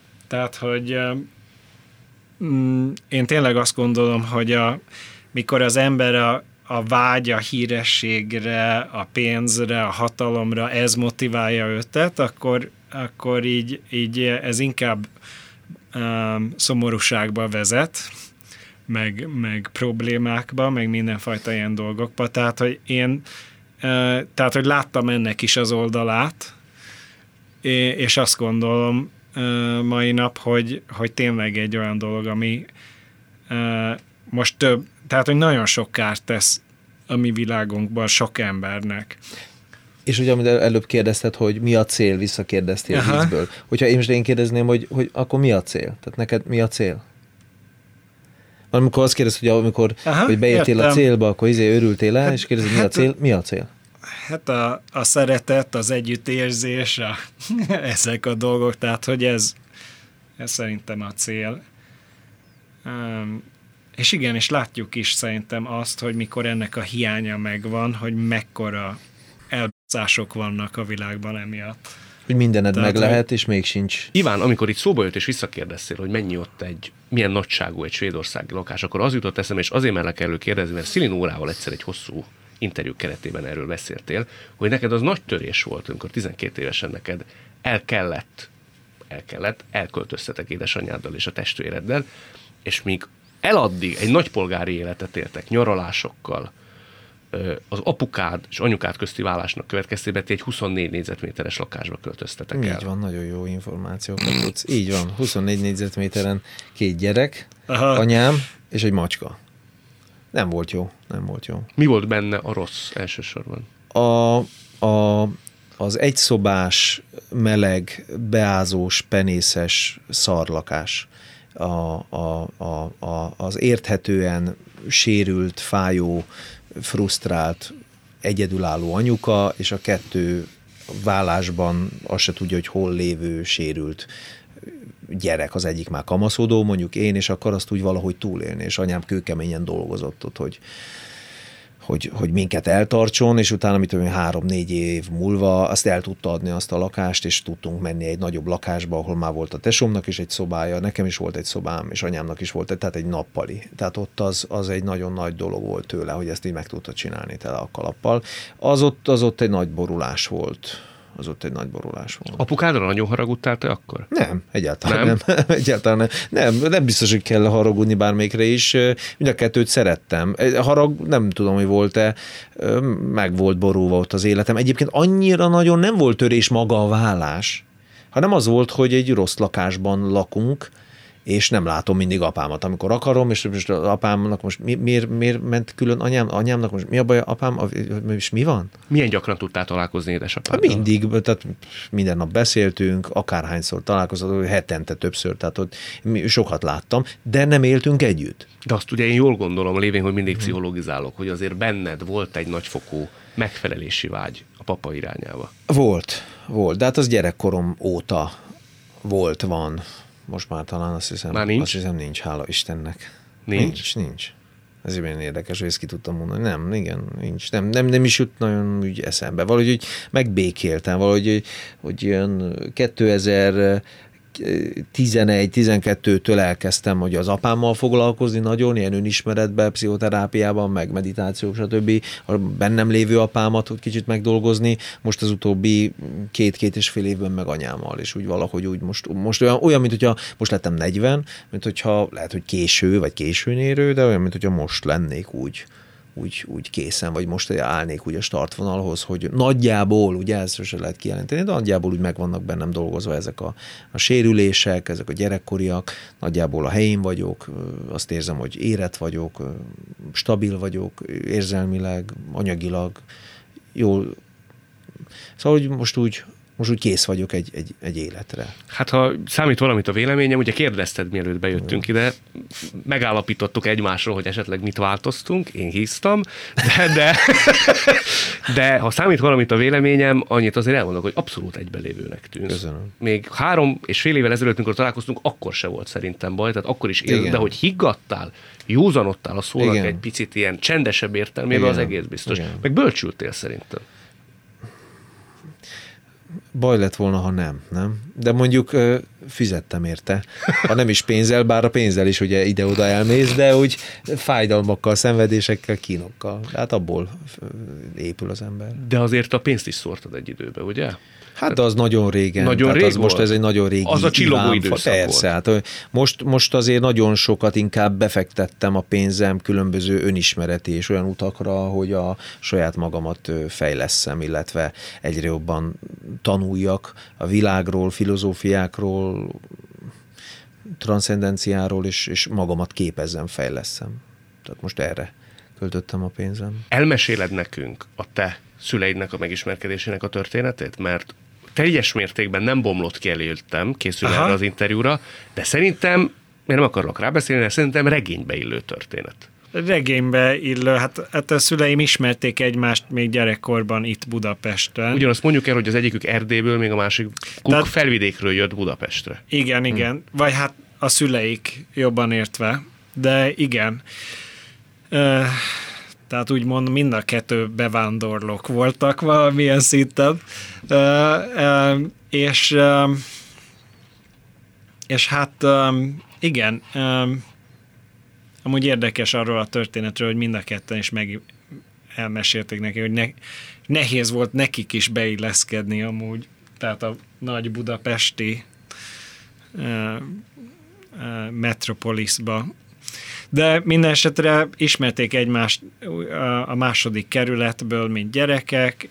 Speaker 4: én tényleg azt gondolom, hogy mikor az ember a vágy a hírességre, a pénzre, a hatalomra, ez motiválja őtet, akkor így ez inkább szomorúságba vezet, meg problémákba, meg mindenfajta ilyen dolgokba. Tehát, hogy láttam ennek is az oldalát, és azt gondolom mai nap, hogy tényleg egy olyan dolog, ami most több, tehát, hogy nagyon sok kárt tesz a mi világunkban sok embernek.
Speaker 3: És ugye, amit előbb kérdezted, hogy mi a cél, visszakérdeztél a vízből. Hogyha én kérdezném, hogy akkor mi a cél? Tehát neked mi a cél? Amikor azt kérdez, hogy beértél a célba, akkor örültél el, és kérdezed, mi a cél? Mi a cél?
Speaker 4: Hát a szeretet, az együttérzés, ezek a dolgok, tehát, hogy ez szerintem a cél. És igen, és látjuk is szerintem azt, hogy mikor ennek a hiánya megvan, hogy mekkora elbaszások vannak a világban emiatt.
Speaker 3: Hogy mindened meg lehet, és még sincs.
Speaker 2: Iván, amikor itt szóba jött és visszakérdeztél, hogy mennyi ott milyen nagyságú egy svédországi lakás, akkor az jutott eszembe, és azért mellek erről kérdezni, mert Szili Nórával egyszer egy hosszú interjú keretében erről beszéltél, hogy neked az nagy törés volt, amikor 12 évesen neked elköltöztetek édesanyáddal és a testvéreddel, és míg eladdig egy nagypolgári életet éltek nyaralásokkal, az apukád és anyukád közti válásnak következtében ti egy 24 négyzetméteres lakásba költöztetek el.
Speaker 3: Így van, nagyon jó információkat tudsz. Így van, 24 négyzetméteren 2 gyerek, anyám és egy macska. Nem volt jó.
Speaker 2: Mi volt benne a rossz elsősorban?
Speaker 3: Az egyszobás, meleg, beázós, penészes szarlakás. Az érthetően sérült, fájó, frusztrált, egyedülálló anyuka, és a 2 vállásban azt se tudja, hogy hol lévő, sérült gyerek, az egyik már kamaszodó, mondjuk én, és akkor azt úgy valahogy túlélni, és anyám kőkeményen dolgozott ott, hogy minket eltartson, és utána, 3-4 év múlva azt el tudta adni azt a lakást, és tudtunk menni egy nagyobb lakásba, ahol már volt a tesómnak is egy szobája, nekem is volt egy szobám, és anyámnak is volt, tehát egy nappali. Tehát ott az egy nagyon nagy dolog volt tőle, hogy ezt így meg tudta csinálni tele a kalappal. Az ott egy nagy borulás volt. Apukádra nagyon haragudtál te akkor? Nem, egyáltalán nem. Egyáltalán nem. Nem biztos, hogy kell haragudni bármelyikre is. Mind a 2-t szerettem. Harag nem tudom, hogy volt-e, meg volt borulva ott az életem. Egyébként annyira nagyon nem volt törés maga a vállás, hanem az volt, hogy egy rossz lakásban lakunk, és nem látom mindig apámat, amikor akarom, és most apámnak most miért ment külön anyámnak most mi a baj, apám, és mi van? Milyen gyakran tudtál találkozni édesapáddal? Mindig, tehát minden nap beszéltünk, akárhányszor találkoztunk, hetente többször, tehát ott sokat láttam, de nem éltünk együtt. De azt ugye én jól gondolom, lévén, hogy mindig pszichologizálok, hogy azért benned volt egy nagyfokú megfelelési vágy a papa irányába. Volt, de hát az gyerekkorom óta van. Most már talán azt hiszem,
Speaker 2: Már nincs?
Speaker 3: Azt hiszem nincs, hála Istennek.
Speaker 2: Nincs.
Speaker 3: Ez ilyen érdekes, hogy ezt ki tudtam mondani. Nem, igen, nincs. Nem is jut nagyon úgy eszembe. Valahogy úgy megbékéltem, valahogy hogy ilyen 2011-12-től elkezdtem, hogy az apámmal foglalkozni nagyon, ilyen önismeretben, pszichoterápiában, meg meditáció, stb. A bennem lévő apámat hogy kicsit megdolgozni, most az utóbbi 2-2,5 évben meg anyámmal, és úgy valahogy úgy most olyan, mint hogyha most lettem 40, mint hogyha lehet, hogy késő, vagy későn érő, de olyan, mint hogyha most lennék úgy készen, vagy most állnék úgy a startvonalhoz, hogy nagyjából, ugye ezt sose lehet kijelenteni, de nagyjából úgy meg vannak bennem dolgozva ezek a sérülések, ezek a gyerekkoriak, nagyjából a helyén vagyok, azt érzem, hogy érett vagyok, stabil vagyok, érzelmileg, anyagilag, jól. Szóval, hogy most úgy kész vagyok egy életre.
Speaker 2: Hát ha számít valamit a véleményem, ugye kérdezted, mielőtt bejöttünk ide, megállapítottuk egymásról, hogy esetleg mit változtunk, én hisztam, de ha számít valamit a véleményem, annyit azért elmondok, hogy abszolút egybelévőnek tűnsz.
Speaker 3: Köszönöm.
Speaker 2: Még 3,5 évvel ezelőtt, amikor találkoztunk, akkor se volt szerintem baj, tehát akkor is élt, de hogy higgadtál, józanodtál a szónak egy picit ilyen csendesebb értelmében, az egész biztos. Igen. Meg bölcsültél szerintem.
Speaker 3: Baj lett volna, ha nem? De mondjuk fizettem érte. Ha nem is pénzzel, bár a pénzzel is ugye ide-oda elmész, de úgy fájdalmakkal, szenvedésekkel, kínokkal. Hát abból épül az ember.
Speaker 2: De azért a pénzt is szórtad egy időbe, ugye?
Speaker 3: Hát de az nagyon régen.
Speaker 2: Nagyon rég
Speaker 3: most ez egy nagyon régi
Speaker 2: az a csillogó időszak
Speaker 3: persze, volt. Hát most azért nagyon sokat inkább befektettem a pénzem különböző önismereti és olyan utakra, hogy a saját magamat fejlesszem, illetve egyre jobban tanuljak a világról, filozófiákról, transzcendenciáról, és magamat képezzem, fejlesszem. Tehát most erre költöttem a pénzem.
Speaker 2: Elmeséled nekünk a te szüleidnek a megismerkedésének a történetét? Mert teljes mértékben nem bomlott ki előttem, készülve erre az interjúra, de szerintem, én nem akarok rábeszélni, de szerintem regénybe illő történet.
Speaker 4: Regénybe illő, hát a szüleim ismerték egymást még gyerekkorban itt Budapesten.
Speaker 2: Ugyanazt mondjuk el, hogy az egyikük Erdélyből, még a másik felvidékről jött Budapestre.
Speaker 4: Igen. Vagy hát a szüleik jobban értve, de igen. Tehát úgymond mind a kettő bevándorlók voltak valamilyen szinten. És hát igen, amúgy érdekes arról a történetről, hogy mind a ketten is elmesélték neki, hogy nehéz volt nekik is beilleszkedni amúgy, tehát a nagy budapesti metropoliszba. De minden esetre ismerték egymást a második kerületből, mint gyerekek,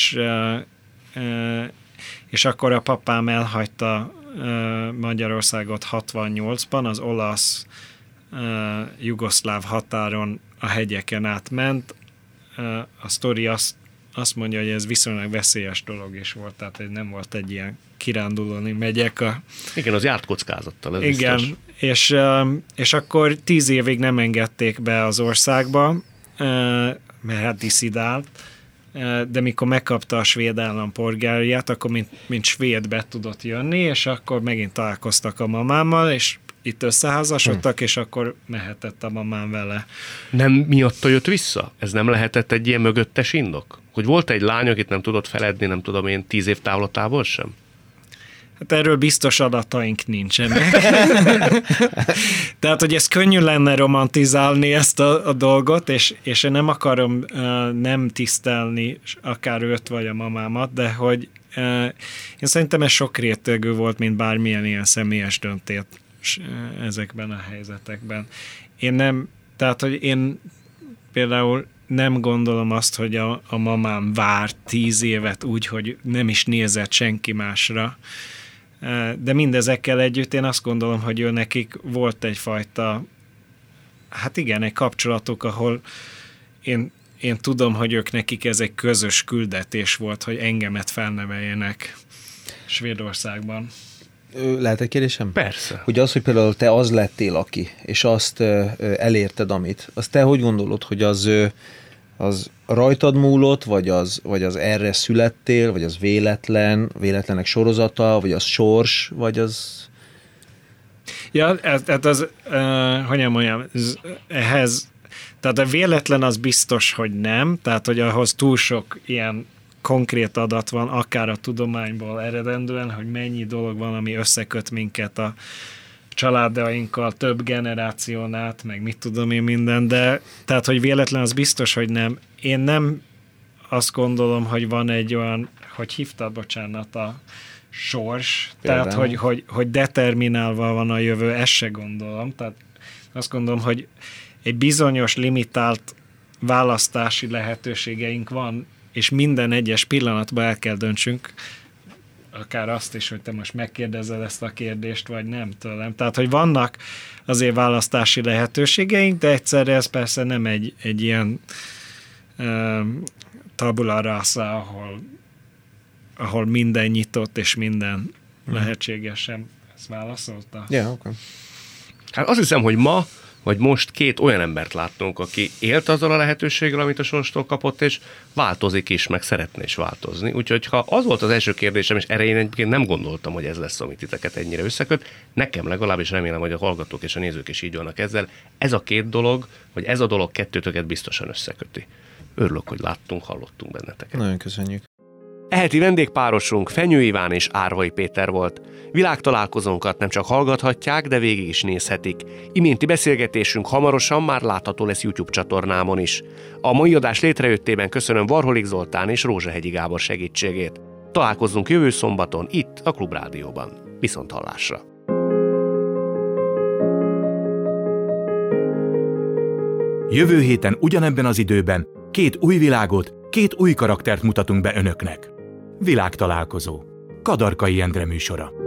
Speaker 4: és akkor a papám elhagyta Magyarországot 68-ban, az olasz-jugoszláv határon a hegyeken átment. A sztori azt mondja, hogy ez viszonylag veszélyes dolog is volt, tehát nem volt egy ilyen kirándulóni megyek.
Speaker 2: Igen, az járt kockázattal, ez
Speaker 4: igen, biztos. És akkor 10 évig nem engedték be az országba, mert hát disszidált, de mikor megkapta a svéd állampolgárját, akkor mint svéd be tudott jönni, és akkor megint találkoztak a mamámmal, és itt összeházasodtak, és akkor mehetett a mamám vele.
Speaker 2: Nem miatta jött vissza? Ez nem lehetett egy ilyen mögöttes indok? Hogy volt egy lány, akit nem tudott feledni, nem tudom én, 10 év távlatából sem?
Speaker 4: Hát erről biztos adataink nincsenek. Tehát, hogy ez könnyű lenne romantizálni ezt a dolgot, és én nem akarom nem tisztelni akár őt vagy a mamámat, de hogy én szerintem ez sok rétegű volt, mint bármilyen ilyen személyes döntés ezekben a helyzetekben. Tehát, hogy én például nem gondolom azt, hogy a mamám várt 10 évet úgy, hogy nem is nézett senki másra. De mindezekkel együtt én azt gondolom, hogy ő nekik volt egyfajta, hát igen, egy kapcsolatuk, ahol én tudom, hogy ők nekik ez egy közös küldetés volt, hogy engemet felneveljenek Svédországban.
Speaker 3: Lehet egy kérdésem?
Speaker 2: Persze.
Speaker 3: Hogy az, hogy például te az lettél aki, és azt elérted, amit, azt te hogy gondolod, hogy az rajtad múlott, vagy az erre születtél, vagy az véletlenek sorozata, vagy az sors, vagy az...
Speaker 4: Ja, ehhez, tehát a véletlen az biztos, hogy nem, tehát hogy ahhoz túl sok ilyen konkrét adat van, akár a tudományból eredendően, hogy mennyi dolog van, ami összeköt minket a családainkkal, több generáción át, meg mit tudom én minden, de tehát, hogy véletlen az biztos, hogy nem. Én nem azt gondolom, hogy van egy olyan, hogy hívtad, bocsánat, a sors, például. Tehát, hogy determinálva van a jövő, ezt se gondolom. Tehát azt gondolom, hogy egy bizonyos limitált választási lehetőségeink van, és minden egyes pillanatban el kell döntsünk, akár azt is, hogy te most megkérdezed ezt a kérdést, vagy nem tőlem. Tehát, hogy vannak azért választási lehetőségeink, de egyszerre ez persze nem egy ilyen tabula rasa, ahol minden nyitott, és minden lehetségesen. Ezt válaszolta?
Speaker 3: Ja, okay.
Speaker 2: Hát azt hiszem, hogy ma, vagy most két olyan embert láttunk, aki élt azzal a lehetőséggel, amit a sorstól kapott, és változik is, meg szeretne is változni. Úgyhogy ha az volt az első kérdésem, és erre én egyébként nem gondoltam, hogy ez lesz, amit titeket ennyire összeköt, nekem legalábbis remélem, hogy a hallgatók és a nézők is így vannak ezzel. Ez a két dolog, vagy ez a dolog kettőtöket biztosan összeköti. Örülök, hogy láttunk, hallottunk benneteket.
Speaker 3: Nagyon köszönjük.
Speaker 2: Eheti vendégpárosunk Fenyő Iván és Árvai Péter volt. Világtalálkozónkat nem csak hallgathatják, de végig is nézhetik. Iménti beszélgetésünk hamarosan már látható lesz YouTube csatornámon is. A mai adás létrejöttében köszönöm Varholik Zoltán és Rózsahegyi Gábor segítségét. Találkozzunk jövő szombaton itt a Klubrádióban. Viszonthallásra!
Speaker 1: Jövő héten ugyanebben az időben két új világot, két új karaktert mutatunk be önöknek. Világtalálkozó. Kadarkai Endre műsora.